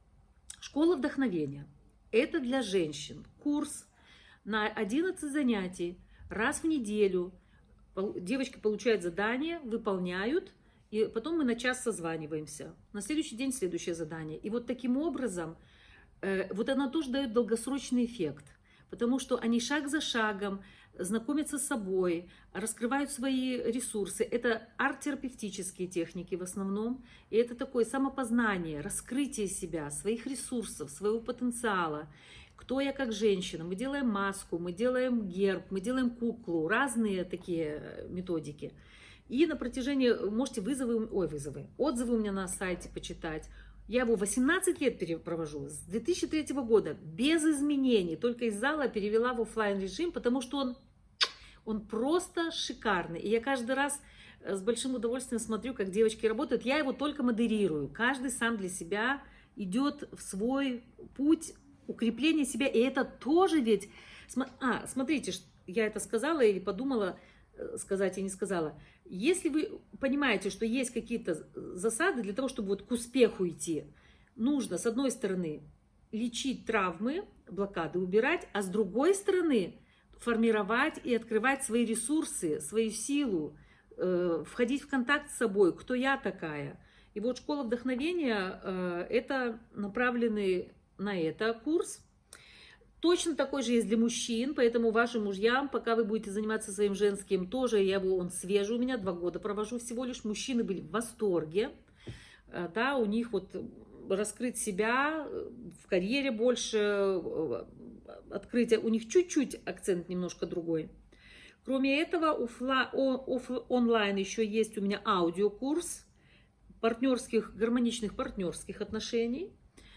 школа вдохновения. Это для женщин. Курс на одиннадцать занятий раз в неделю. Девочки получают задание, выполняют. И потом мы на час созваниваемся. На следующий день следующее задание. И вот таким образом, э, вот она тоже дает долгосрочный эффект. Потому что они шаг за шагом знакомятся с собой, раскрывают свои ресурсы. Это арт-терапевтические техники в основном. И это такое самопознание, раскрытие себя, своих ресурсов, своего потенциала. Кто я как женщина. Мы делаем маску, мы делаем герб, мы делаем куклу. Разные такие методики. И на протяжении, можете вызовы, ой, вызовы, отзывы у меня на сайте почитать. Я его восемнадцать лет провожу, с две тысячи третьего года, без изменений. Только из зала перевела в офлайн режим, потому что он, он просто шикарный. И я каждый раз с большим удовольствием смотрю, как девочки работают. Я его только модерирую. Каждый сам для себя идет в свой путь укрепления себя. И это тоже ведь... А, смотрите, я это сказала или подумала... сказать я не сказала. Если вы понимаете, что есть какие-то засады для того, чтобы вот к успеху идти, нужно, с одной стороны, лечить травмы, блокады убирать, а с другой стороны, формировать и открывать свои ресурсы, свою силу, э, входить в контакт с собой, кто я такая. И вот школа вдохновения, э, это направленный на это курс. Точно такой же есть для мужчин, поэтому вашим мужьям, пока вы будете заниматься своим женским, тоже я его, он свежий у меня, два года провожу всего лишь. Мужчины были в восторге, да, у них вот раскрыть себя в карьере больше, открытие, у них чуть-чуть акцент немножко другой. Кроме этого, офла, оф, онлайн еще есть у меня аудиокурс партнерских, гармоничных партнерских отношений.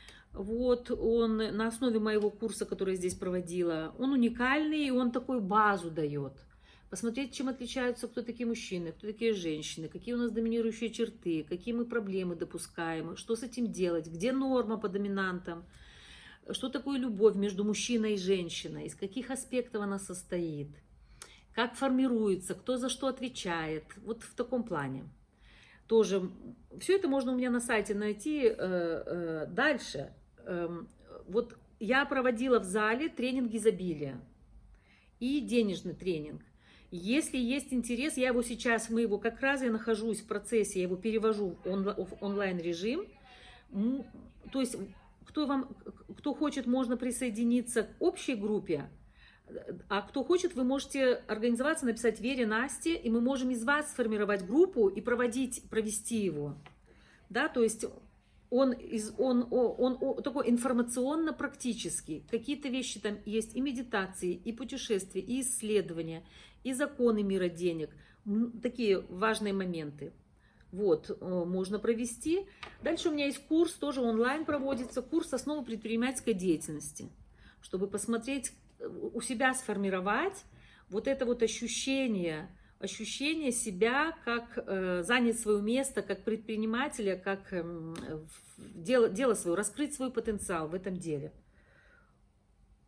Вот он на основе моего курса, который я здесь проводила, он уникальный, и он такую базу дает. Посмотреть, чем отличаются, кто такие мужчины, кто такие женщины, какие у нас доминирующие черты, какие мы проблемы допускаем, что с этим делать, где норма по доминантам, что такое любовь между мужчиной и женщиной, из каких аспектов она состоит, как формируется, кто за что отвечает, вот в таком плане. Тоже все это можно у меня на сайте найти. Дальше. Вот я проводила в зале тренинг изобилия и денежный тренинг. Если есть интерес, я его сейчас, мы его как раз я нахожусь в процессе, я его перевожу в онлайн режим. То есть, кто, вам, кто хочет, можно присоединиться к общей группе, а кто хочет, вы можете организоваться, написать Вере, Насте, и мы можем из вас сформировать группу и проводить, провести его. Да, то есть он, из, он, он, он такой информационно-практический. Какие-то вещи там есть и медитации, и путешествия, и исследования, и законы мира денег. Такие важные моменты. Вот, можно провести. Дальше у меня есть курс, тоже онлайн проводится, курс «Основы предпринимательской деятельности», чтобы посмотреть, у себя сформировать вот это вот ощущение, ощущение себя, как э, занять свое место, как предпринимателя, как э, дело, дело свое, раскрыть свой потенциал в этом деле.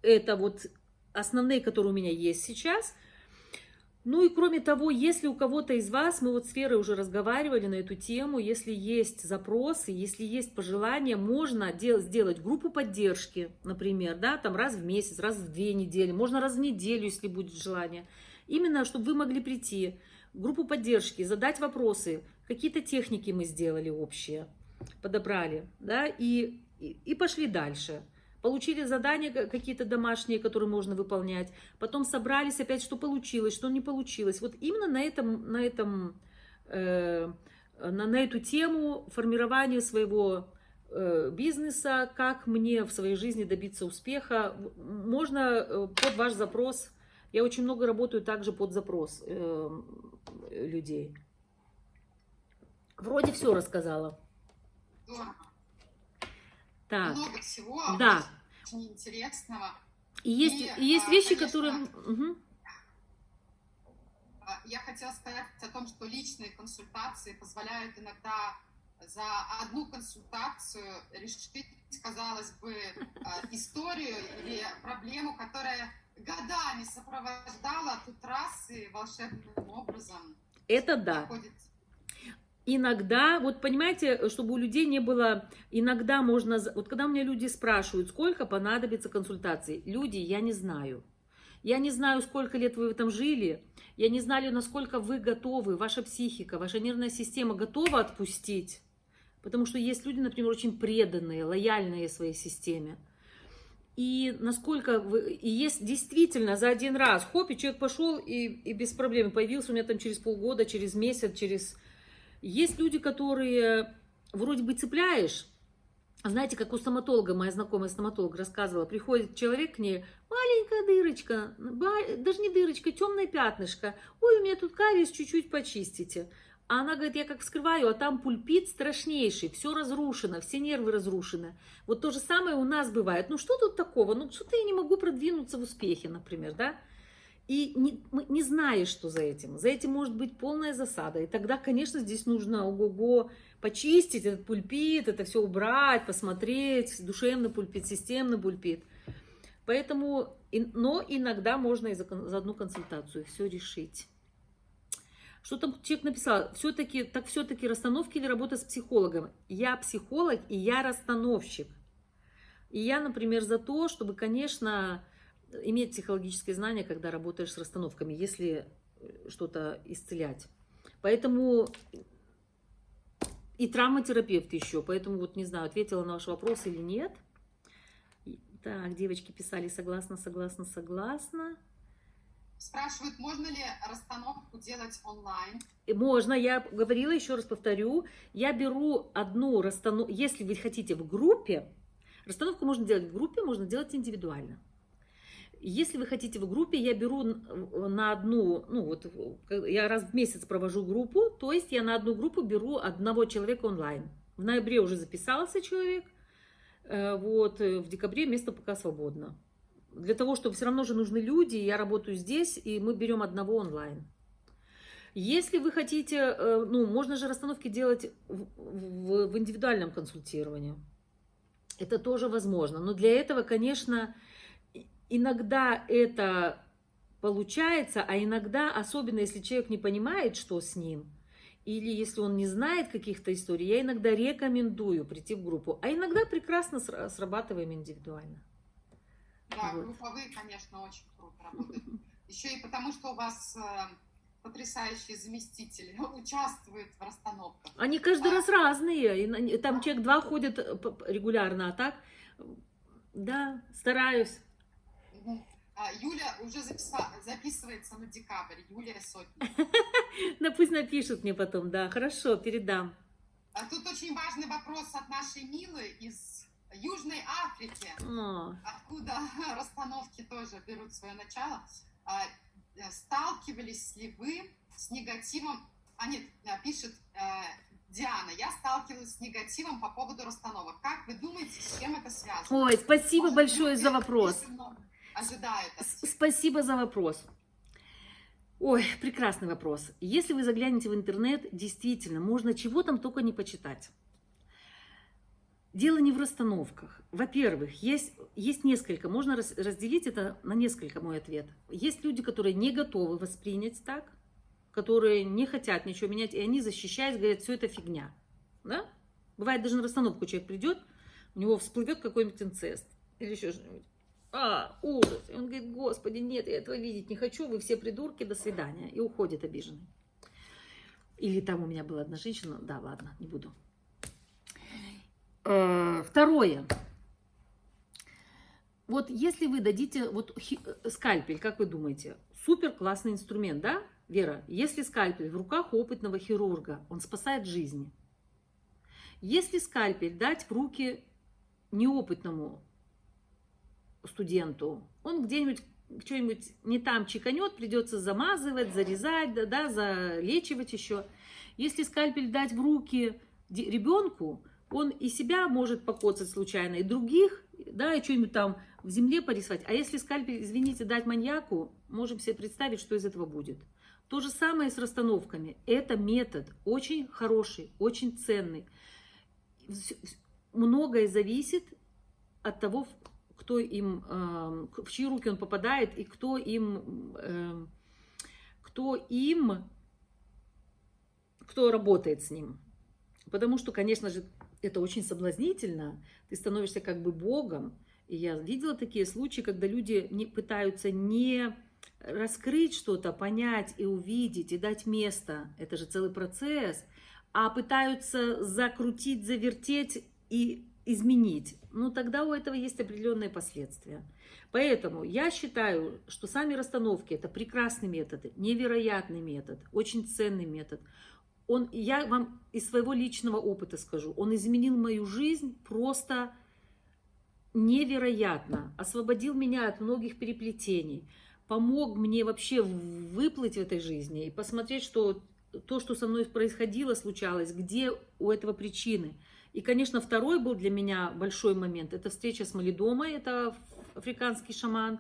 это вот основные, которые у меня есть сейчас. Ну и кроме того, если у кого-то из вас, мы вот с Верой уже разговаривали на эту тему, если есть запросы, если есть пожелания, можно дел- сделать группу поддержки, например, да, там раз в месяц, раз в две недели, можно раз в неделю, если будет желание. Именно, чтобы вы могли прийти в группу поддержки, задать вопросы, какие-то техники мы сделали общие, подобрали, да, и, и, и пошли дальше. Получили задания какие-то домашние, которые можно выполнять. Потом собрались опять, что получилось, что не получилось. Вот именно на этом, на этом, э, на, на эту тему формирования своего э, бизнеса, как мне в своей жизни добиться успеха, можно под ваш запрос. Я очень много работаю также под запрос э, людей. Вроде все рассказала. Так. Много всего, да. очень интересного. И есть, и, и есть а, вещи, конечно, которые... Угу. Я хотела сказать о том, что личные консультации позволяют иногда за одну консультацию решить, казалось бы, историю или проблему, которая годами сопровождала, а тут раз и волшебным образом Это да. находит... Иногда, вот понимаете, чтобы у людей не было, иногда можно, вот когда у меня люди спрашивают, сколько понадобится консультаций, люди, я не знаю. Я не знаю, сколько лет вы в этом жили, я не знаю, насколько вы готовы, ваша психика, ваша нервная система готова отпустить. Потому что есть люди, например, очень преданные, лояльные своей системе. И насколько вы, и есть действительно за один раз, хоп, и человек пошел и, и без проблем появился у меня там через полгода, через месяц, через... Есть люди, которые вроде бы цепляешь, знаете, как у стоматолога, моя знакомая стоматолог рассказывала, приходит человек к ней, маленькая дырочка, даже не дырочка, темное пятнышко, ой, у меня тут кариес, чуть-чуть почистите. А она говорит, я как вскрываю, а там пульпит страшнейший, все разрушено, все нервы разрушены. Вот то же самое у нас бывает. Ну что тут такого? Ну что-то я не могу продвинуться в успехе, например, да? И не, не знаешь, что за этим. За этим может быть полная засада. И тогда, конечно, здесь нужно ого-го почистить этот пульпит, это все убрать, посмотреть, душевный пульпит, системный пульпит. Поэтому, но иногда можно и за, за одну консультацию все решить. Что там человек написал? Все-таки, так все-таки расстановки или работа с психологом? Я психолог и я расстановщик. И я, например, за то, чтобы, конечно, иметь психологические знания, когда работаешь с расстановками, если что-то исцелять. Поэтому и травматерапевт еще. Поэтому вот не знаю, ответила на ваш вопрос или нет. Так, девочки писали согласна, согласна, согласна. Спрашивают, можно ли расстановку делать онлайн? Можно, я говорила, еще раз повторю, я беру одну расстановку, если вы хотите в группе, расстановку можно делать в группе, можно делать индивидуально. Если вы хотите в группе, я беру на одну, ну вот, я раз в месяц провожу группу, то есть я на одну группу беру одного человека онлайн. В ноябре уже записался человек, вот, в декабре место пока свободно. Для того, чтобы все равно же нужны люди, я работаю здесь, и мы берем одного онлайн. Если вы хотите, ну, можно же расстановки делать в, в, в индивидуальном консультировании. Это тоже возможно. Но для этого, конечно, иногда это получается, а иногда, особенно если человек не понимает, что с ним, или если он не знает каких-то историй, я иногда рекомендую прийти в группу. А иногда прекрасно срабатываем индивидуально. Да, вот. Групповые, конечно, очень круто работают. Еще и потому, что у вас э, потрясающие заместители участвуют в расстановках. Они каждый а... раз разные. И там человек два ходит регулярно, а так, да, стараюсь. Юля уже записа... записывается на декабрь. Юлия Сотник. Да пусть напишут мне потом, да, хорошо, передам. Тут очень важный вопрос от нашей Милы из Южной Африки, О. откуда расстановки тоже берут свое начало. Сталкивались ли вы с негативом? А нет, пишет Диана, я сталкивалась с негативом по поводу расстановок. Как вы думаете, с чем это связано? Ой, спасибо Может, большое за вопрос. Ожидает спасибо за вопрос. Ой, прекрасный вопрос. Если вы заглянете в интернет, действительно, можно чего там только не почитать. Дело не в расстановках. Во-первых, есть, есть несколько, можно раз, разделить это на несколько, мой ответ. Есть люди, которые не готовы воспринять так, которые не хотят ничего менять, и они, защищаясь, говорят, все это фигня. Да? Бывает, даже на расстановку человек придет, у него всплывет какой-нибудь инцест или еще что-нибудь. А, ужас. И он говорит, Господи, нет, я этого видеть не хочу, вы все придурки, до свидания. И уходит обиженный. Или там у меня была одна женщина, да, ладно, не буду. Второе. Вот если вы дадите, вот скальпель, как вы думаете, супер классный инструмент, да, Вера? Если скальпель в руках опытного хирурга, он спасает жизни. Если скальпель дать в руки неопытному студенту, он где-нибудь что-нибудь не там чеканет, придется замазывать, зарезать, да, да, залечивать еще. Если скальпель дать в руки ребенку, он и себя может покоцать случайно, и других, да, и что-нибудь там в земле порисовать. А если скальпель, извините, дать маньяку, можем себе представить, что из этого будет. То же самое с расстановками. Это метод очень хороший, очень ценный. Многое зависит от того, кто им, в чьи руки он попадает и кто им, кто им, кто работает с ним. Потому что, конечно же, это очень соблазнительно, ты становишься как бы богом. И я видела такие случаи, когда люди не, пытаются не раскрыть что-то, понять и увидеть, и дать место. Это же целый процесс. А пытаются закрутить, завертеть и изменить. Ну, тогда у этого есть определенные последствия. Поэтому я считаю, что сами расстановки – это прекрасный метод, невероятный метод, очень ценный метод. Он, я вам из своего личного опыта скажу, он изменил мою жизнь просто невероятно, освободил меня от многих переплетений, помог мне вообще выплыть в этой жизни и посмотреть, что то, что со мной происходило, случалось, где у этого причины. И, конечно, второй был для меня большой момент, это встреча с Малидомой, это африканский шаман,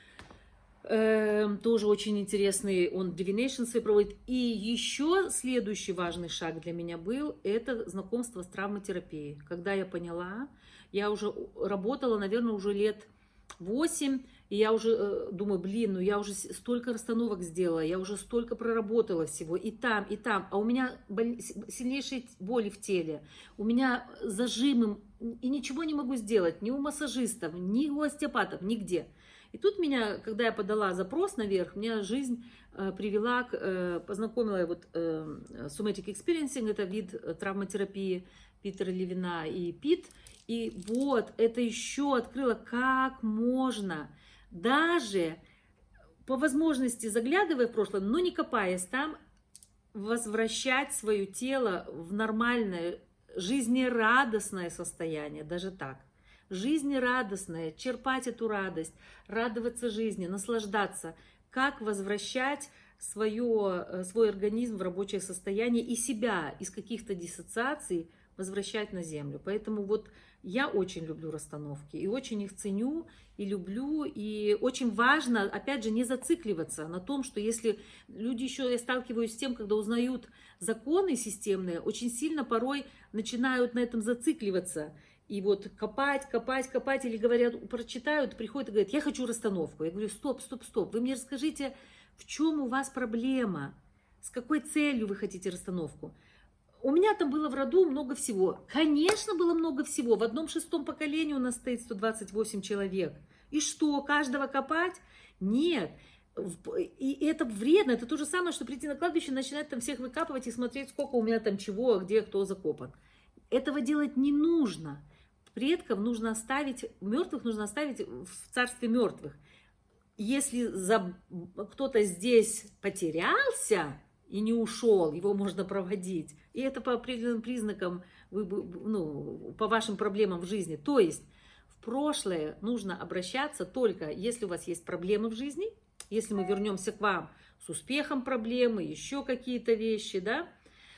тоже очень интересный, он divination свои проводит. И еще следующий важный шаг для меня был, это знакомство с травматерапией. Когда я поняла, я уже работала, наверное, уже лет восемь, и я уже думаю, блин, ну я уже столько расстановок сделала, я уже столько проработала всего, и там, и там, а у меня сильнейшие боли в теле, у меня зажимы, и ничего не могу сделать, ни у массажистов, ни у остеопатов, нигде. И тут меня, когда я подала запрос наверх, меня жизнь э, привела, к, э, познакомила я вот э, Somatic Experiencing, это вид травматерапии Питера Левина и Пит. И вот это еще открыло, как можно, даже по возможности заглядывая в прошлое, но не копаясь там, возвращать свое тело в нормальное, жизнерадостное состояние, даже так. Жизнерадостное, черпать эту радость, радоваться жизни, наслаждаться, как возвращать свое, свой организм в рабочее состояние и себя из каких-то диссоциаций возвращать на землю. Поэтому вот я очень люблю расстановки и очень их ценю и люблю. И очень важно, опять же, не зацикливаться на том, что если люди еще, я сталкиваюсь с тем, когда узнают законы системные, очень сильно порой начинают на этом зацикливаться. И вот копать, копать, копать, или говорят, прочитают, приходят и говорят, я хочу расстановку. Я говорю, стоп, стоп, стоп, вы мне расскажите, в чем у вас проблема, с какой целью вы хотите расстановку. У меня там было в роду много всего. Конечно, было много всего. В одном шестом поколении у нас стоит сто двадцать восемь человек. И что, каждого копать? Нет. И это вредно. Это то же самое, что прийти на кладбище и начинать там всех выкапывать и смотреть, сколько у меня там чего, где кто закопан. Этого делать не нужно. Предков нужно оставить, мертвых нужно оставить в царстве мертвых. Если за... кто-то здесь потерялся и не ушел, его можно проводить. И это по определенным признакам, вы, ну, по вашим проблемам в жизни. То есть в прошлое нужно обращаться только, если у вас есть проблемы в жизни, если мы вернемся к вам с успехом проблемы, еще какие-то вещи, да,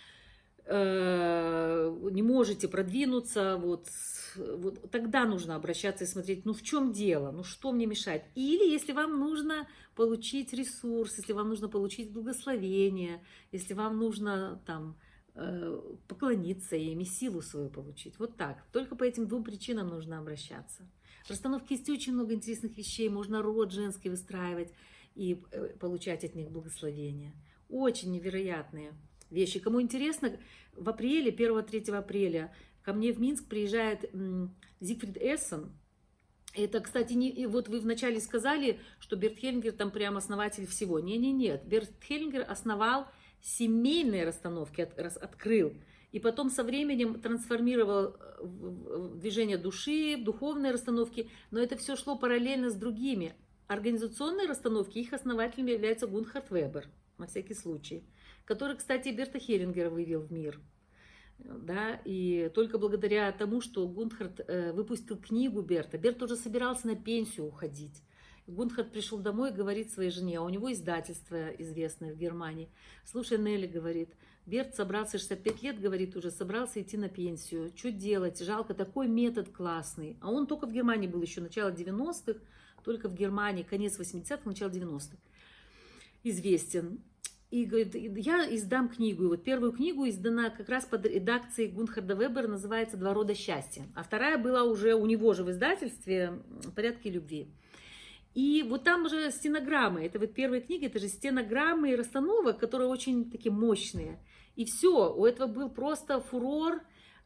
не можете продвинуться, вот, вот тогда нужно обращаться и смотреть, ну в чем дело, ну что мне мешает. Или если вам нужно получить ресурс, если вам нужно получить благословение, если вам нужно там поклониться им и силу свою получить. Вот так. Только по этим двум причинам нужно обращаться. В расстановке есть очень много интересных вещей. Можно род женский выстраивать и получать от них благословения. Очень невероятные вещи. Кому интересно, в апреле, первого-третьего апреля ко мне в Минск приезжает Зигфрид Эссен. Это, кстати, не, вот вы вначале сказали, что Берт Хеллингер там прям основатель всего. Не-не-нет. Берт Хеллингер основал семейные расстановки, от, раз, открыл. И потом со временем трансформировал в движение души, духовные расстановки. Но это все шло параллельно с другими. Организационные расстановки, их основателем является Гунхард Вебер, на всякий случай. Который, кстати, Берта Хеллингера вывел в мир. Да, и только благодаря тому, что Гунхард э, выпустил книгу Берта, Берт уже собирался на пенсию уходить. Гунхард пришел домой и говорит своей жене, а у него издательство известное в Германии. Слушай, Нелли, говорит, Берт собрался шестьдесят пять лет, говорит, уже собрался идти на пенсию. Что делать? Жалко, такой метод классный. А он только в Германии был еще, начало девяностых, только в Германии, конец восьмидесятых, начало девяностых. Известен. И говорит, я издам книгу. И вот первую книгу издана как раз под редакцией Гунхарда Вебера, называется «Два рода счастья». А вторая была уже у него же в издательстве «Порядки любви». И вот там же стенограммы. Это вот первая книга, это же стенограммы и расстановок, которые очень такие мощные. И все, у этого был просто фурор.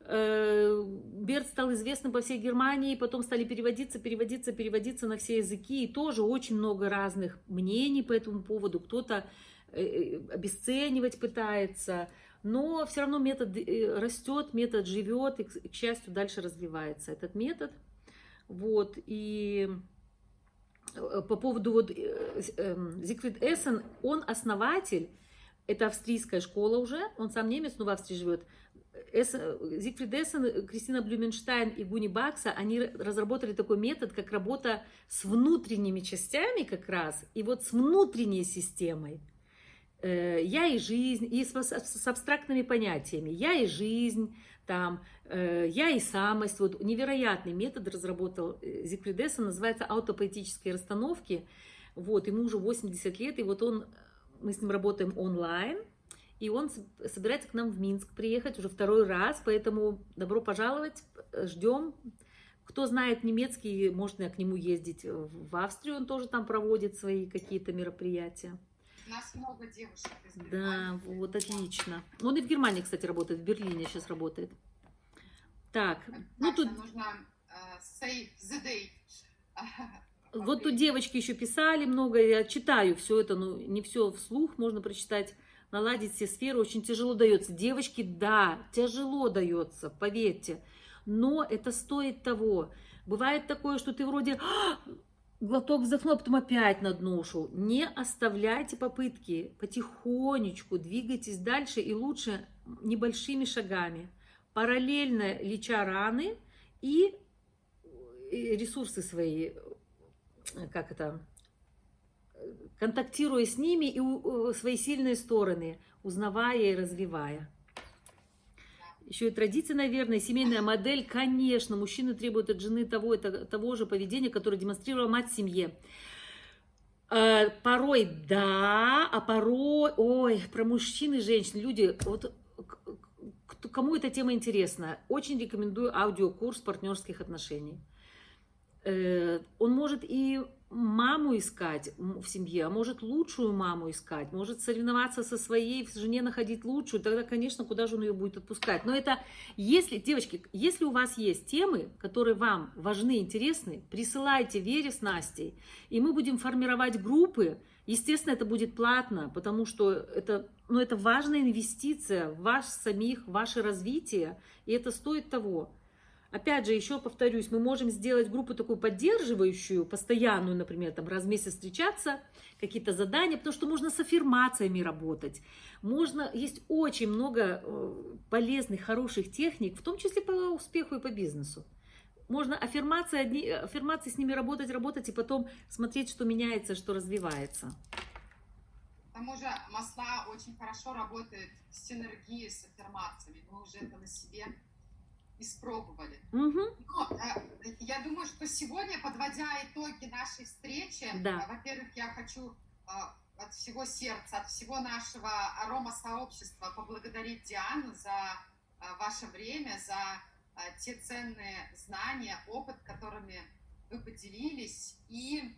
Берт стал известным по всей Германии, потом стали переводиться, переводиться, переводиться на все языки. И тоже очень много разных мнений по этому поводу. Кто-то обесценивать пытается, но все равно метод растет, метод живет и, к счастью, дальше развивается этот метод. Вот, и по поводу вот Зигфрид Эссен, он основатель, это австрийская школа уже, он сам немец, но в Австрии живет. Зигфрид Эссен, Кристина Блюменштайн и Гуни Бакса, они разработали такой метод, как работа с внутренними частями как раз, и вот с внутренней системой. Я и жизнь, и с, с абстрактными понятиями. Я и жизнь, там, я и самость. Вот невероятный метод разработал Зигфрид Эссен, называется аутопоэтические расстановки. Вот, ему уже восемьдесят лет, и вот он, мы с ним работаем онлайн, и он собирается к нам в Минск приехать уже второй раз, поэтому добро пожаловать, ждем. Кто знает немецкий, можно к нему ездить в Австрию, он тоже там проводит свои какие-то мероприятия. У нас много девушек из Германии. Да, вот, отлично. Он и в Германии, кстати, работает, в Берлине сейчас работает. Так, ну тут... Нужно uh, save the date. Вот тут девочки еще писали много, я читаю все это, но не все вслух, можно прочитать. Наладить все сферы очень тяжело дается. Девочки, да, тяжело дается, поверьте. Но это стоит того. Бывает такое, что ты вроде... глоток вздохнул, а потом опять на дно ушел. Не оставляйте попытки, потихонечку двигайтесь дальше и лучше небольшими шагами, параллельно леча раны и ресурсы свои, как это, контактируя с ними и свои сильные стороны, узнавая и развивая. Еще и традиция, наверное, семейная модель, конечно, мужчины требуют от жены того, того же поведения, которое демонстрировала мать в семье. А, порой да, а порой, ой, про мужчин и женщин, люди, вот кому эта тема интересна, очень рекомендую аудиокурс партнерских отношений. Он может и маму искать в семье, а может лучшую маму искать, может соревноваться со своей, в жене находить лучшую, тогда, конечно, куда же он ее будет отпускать. Но это, если, девочки, если у вас есть темы, которые вам важны, интересны, присылайте Вере с Настей, и мы будем формировать группы. Естественно, это будет платно, потому что это, ну, это важная инвестиция в вас самих, в ваше развитие, и это стоит того. Опять же, еще повторюсь, мы можем сделать группу такую поддерживающую, постоянную, например, там раз в месяц встречаться, какие-то задания, потому что можно с аффирмациями работать. Можно, есть очень много полезных, хороших техник, в том числе по успеху и по бизнесу. Можно аффирмации, одни, аффирмации с ними работать, работать и потом смотреть, что меняется, что развивается. К тому же масла очень хорошо работают в синергии с аффирмациями. Мы уже это на себе испробовали. Угу. Но э, я думаю, что сегодня, подводя итоги нашей встречи, да. э, во-первых, я хочу э, от всего сердца, от всего нашего арома-сообщества поблагодарить Диану за ваше время, за те ценные знания, опыт, которыми вы поделились. И,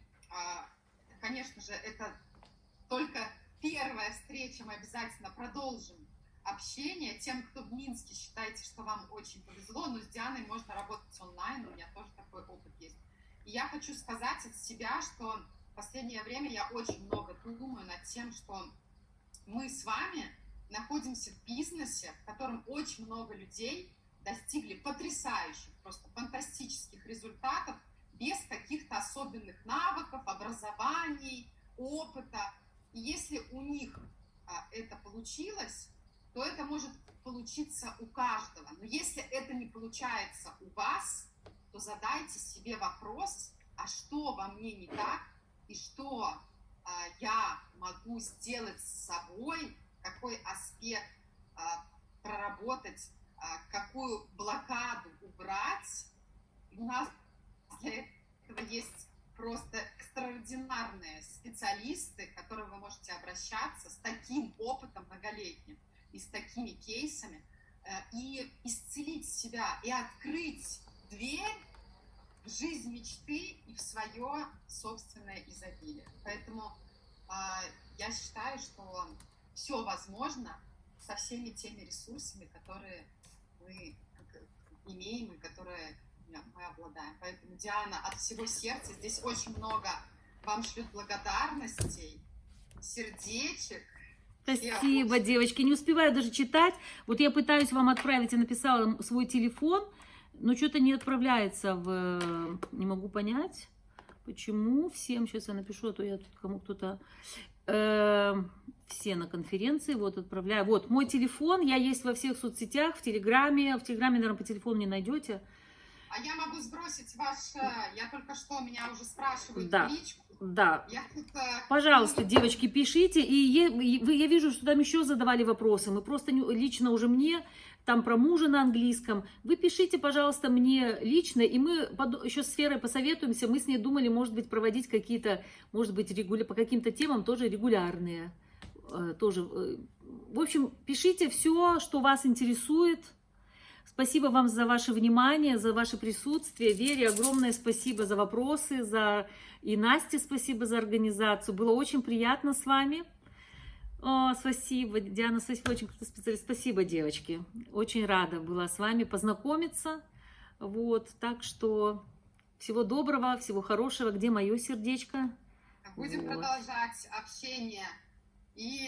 конечно же, это только первая встреча, мы обязательно продолжим общение. Тем, кто в Минске, считайте, что вам очень повезло, но с Дианой можно работать онлайн, у меня тоже такой опыт есть. И я хочу сказать от себя, что в последнее время я очень много думаю над тем, что мы с вами находимся в бизнесе, в котором очень много людей достигли потрясающих, просто фантастических результатов без каких-то особенных навыков, образований, опыта. И если у них а, это получилось, то это может получиться у каждого. Но если это не получается у вас, то задайте себе вопрос, а что во мне не так, и что а, я могу сделать с собой, какой аспект а, проработать, а, какую блокаду убрать. И у нас для этого есть просто экстраординарные специалисты, к которым вы можете обращаться с таким опытом многолетним и с такими кейсами, э, и исцелить себя, и открыть дверь в жизнь мечты и в свое собственное изобилие. Поэтому э, я считаю, что все возможно со всеми теми ресурсами, которые мы имеем и которые мы обладаем. Поэтому, Диана, от всего сердца здесь очень много вам шлют благодарностей, сердечек. Спасибо, девочки. Не успеваю даже читать. Вот я пытаюсь вам отправить, я написала свой телефон, но что-то не отправляется в... Не могу понять, почему. Всем сейчас я напишу, а то я тут кому кто-то... Э, все на конференции, вот отправляю. Вот мой телефон, я есть во всех соцсетях, в Телеграме. В Телеграме, наверное, по телефону не найдете. А я могу сбросить ваш... Я только что, меня уже спрашивают да. в личку. Да. Я тут, Пожалуйста, девочки, пишите. И я, я вижу, что там еще задавали вопросы. Мы просто лично уже мне, там про мужа на английском. Вы пишите, пожалуйста, мне лично, и мы еще с Ферой посоветуемся. Мы с ней думали, может быть, проводить какие-то, может быть, регуля... по каким-то темам тоже регулярные. Тоже. В общем, пишите все, что вас интересует. Спасибо вам за ваше внимание, за ваше присутствие. Вере, огромное спасибо за вопросы, за... и Насте спасибо за организацию. Было очень приятно с вами. О, спасибо, Диана, спасибо, очень крутой специалист. Спасибо, девочки. Очень рада была с вами познакомиться. Вот, так что всего доброго, всего хорошего. Где мое сердечко? Будем вот. продолжать общение. И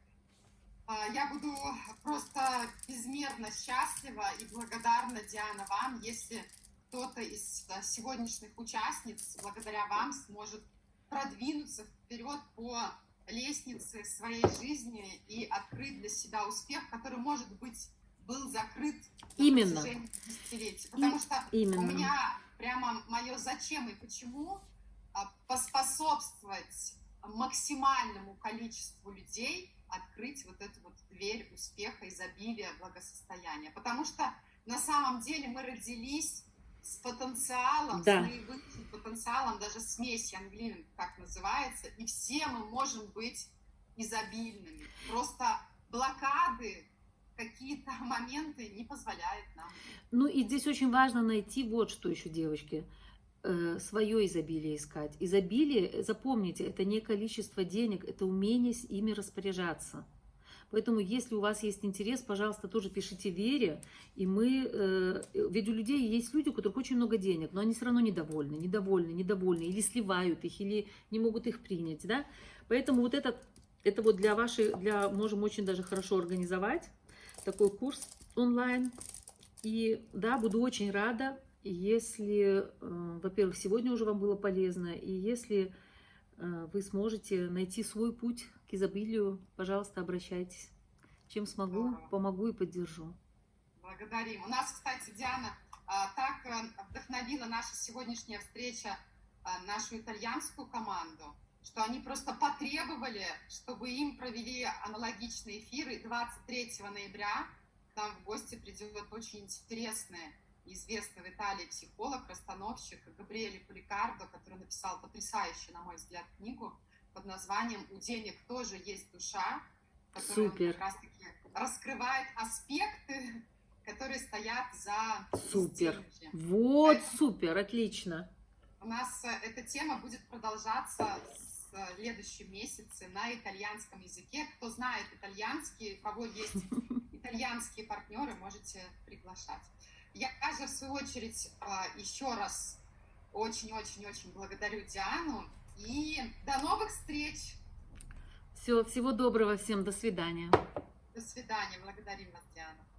я буду просто безмерно счастлива и благодарна, Диана, вам, если кто-то из сегодняшних участниц благодаря вам сможет продвинуться вперед по лестнице своей жизни и открыть для себя успех, который, может быть, был закрыт Именно. на протяжении десятилетий. Потому что Именно. у меня прямо мое зачем и почему поспособствовать максимальному количеству людей открыть вот эту вот дверь успеха, изобилия, благосостояния. Потому что на самом деле мы родились с потенциалом, да. с наивысшим потенциалом, даже смесь Янг-Линнен, как называется, и все мы можем быть изобильными. Просто блокады, какие-то моменты не позволяют нам. Ну и здесь очень важно найти вот что еще, девочки. Свое изобилие искать. Изобилие, запомните, это не количество денег, это умение с ими распоряжаться. Поэтому, если у вас есть интерес, пожалуйста, тоже пишите Вере. И мы, э, ведь у людей есть люди, у которых очень много денег, но они все равно недовольны, недовольны, недовольны, или сливают их, или не могут их принять, да. Поэтому вот это, это вот для вашей, для, можем очень даже хорошо организовать такой курс онлайн. И да, буду очень рада, если, э, во-первых, сегодня уже вам было полезно, и если э, вы сможете найти свой путь к изобилию, пожалуйста, обращайтесь. Чем смогу, Здорово. Помогу и поддержу. Благодарим. У нас, кстати, Диана, так вдохновила наша сегодняшняя встреча нашу итальянскую команду, что они просто потребовали, чтобы им провели аналогичные эфиры. двадцать третьего ноября к нам в гости придет очень интересный, известный в Италии психолог, расстановщик Габриэле Поликардо, который написал потрясающую, на мой взгляд, книгу под названием «У денег тоже есть душа», который Супер. как раз-таки раскрывает аспекты, которые стоят за Супер. безденежьем. Вот, Поэтому супер, отлично. у нас э, эта тема будет продолжаться в следующем месяце на итальянском языке. Кто знает итальянский, у кого есть итальянские партнеры, можете приглашать. Я же, в свою очередь, э, еще раз очень-очень-очень благодарю Диану. И до новых встреч! Все, всего доброго всем, до свидания. До свидания. Благодарим вас, Диана.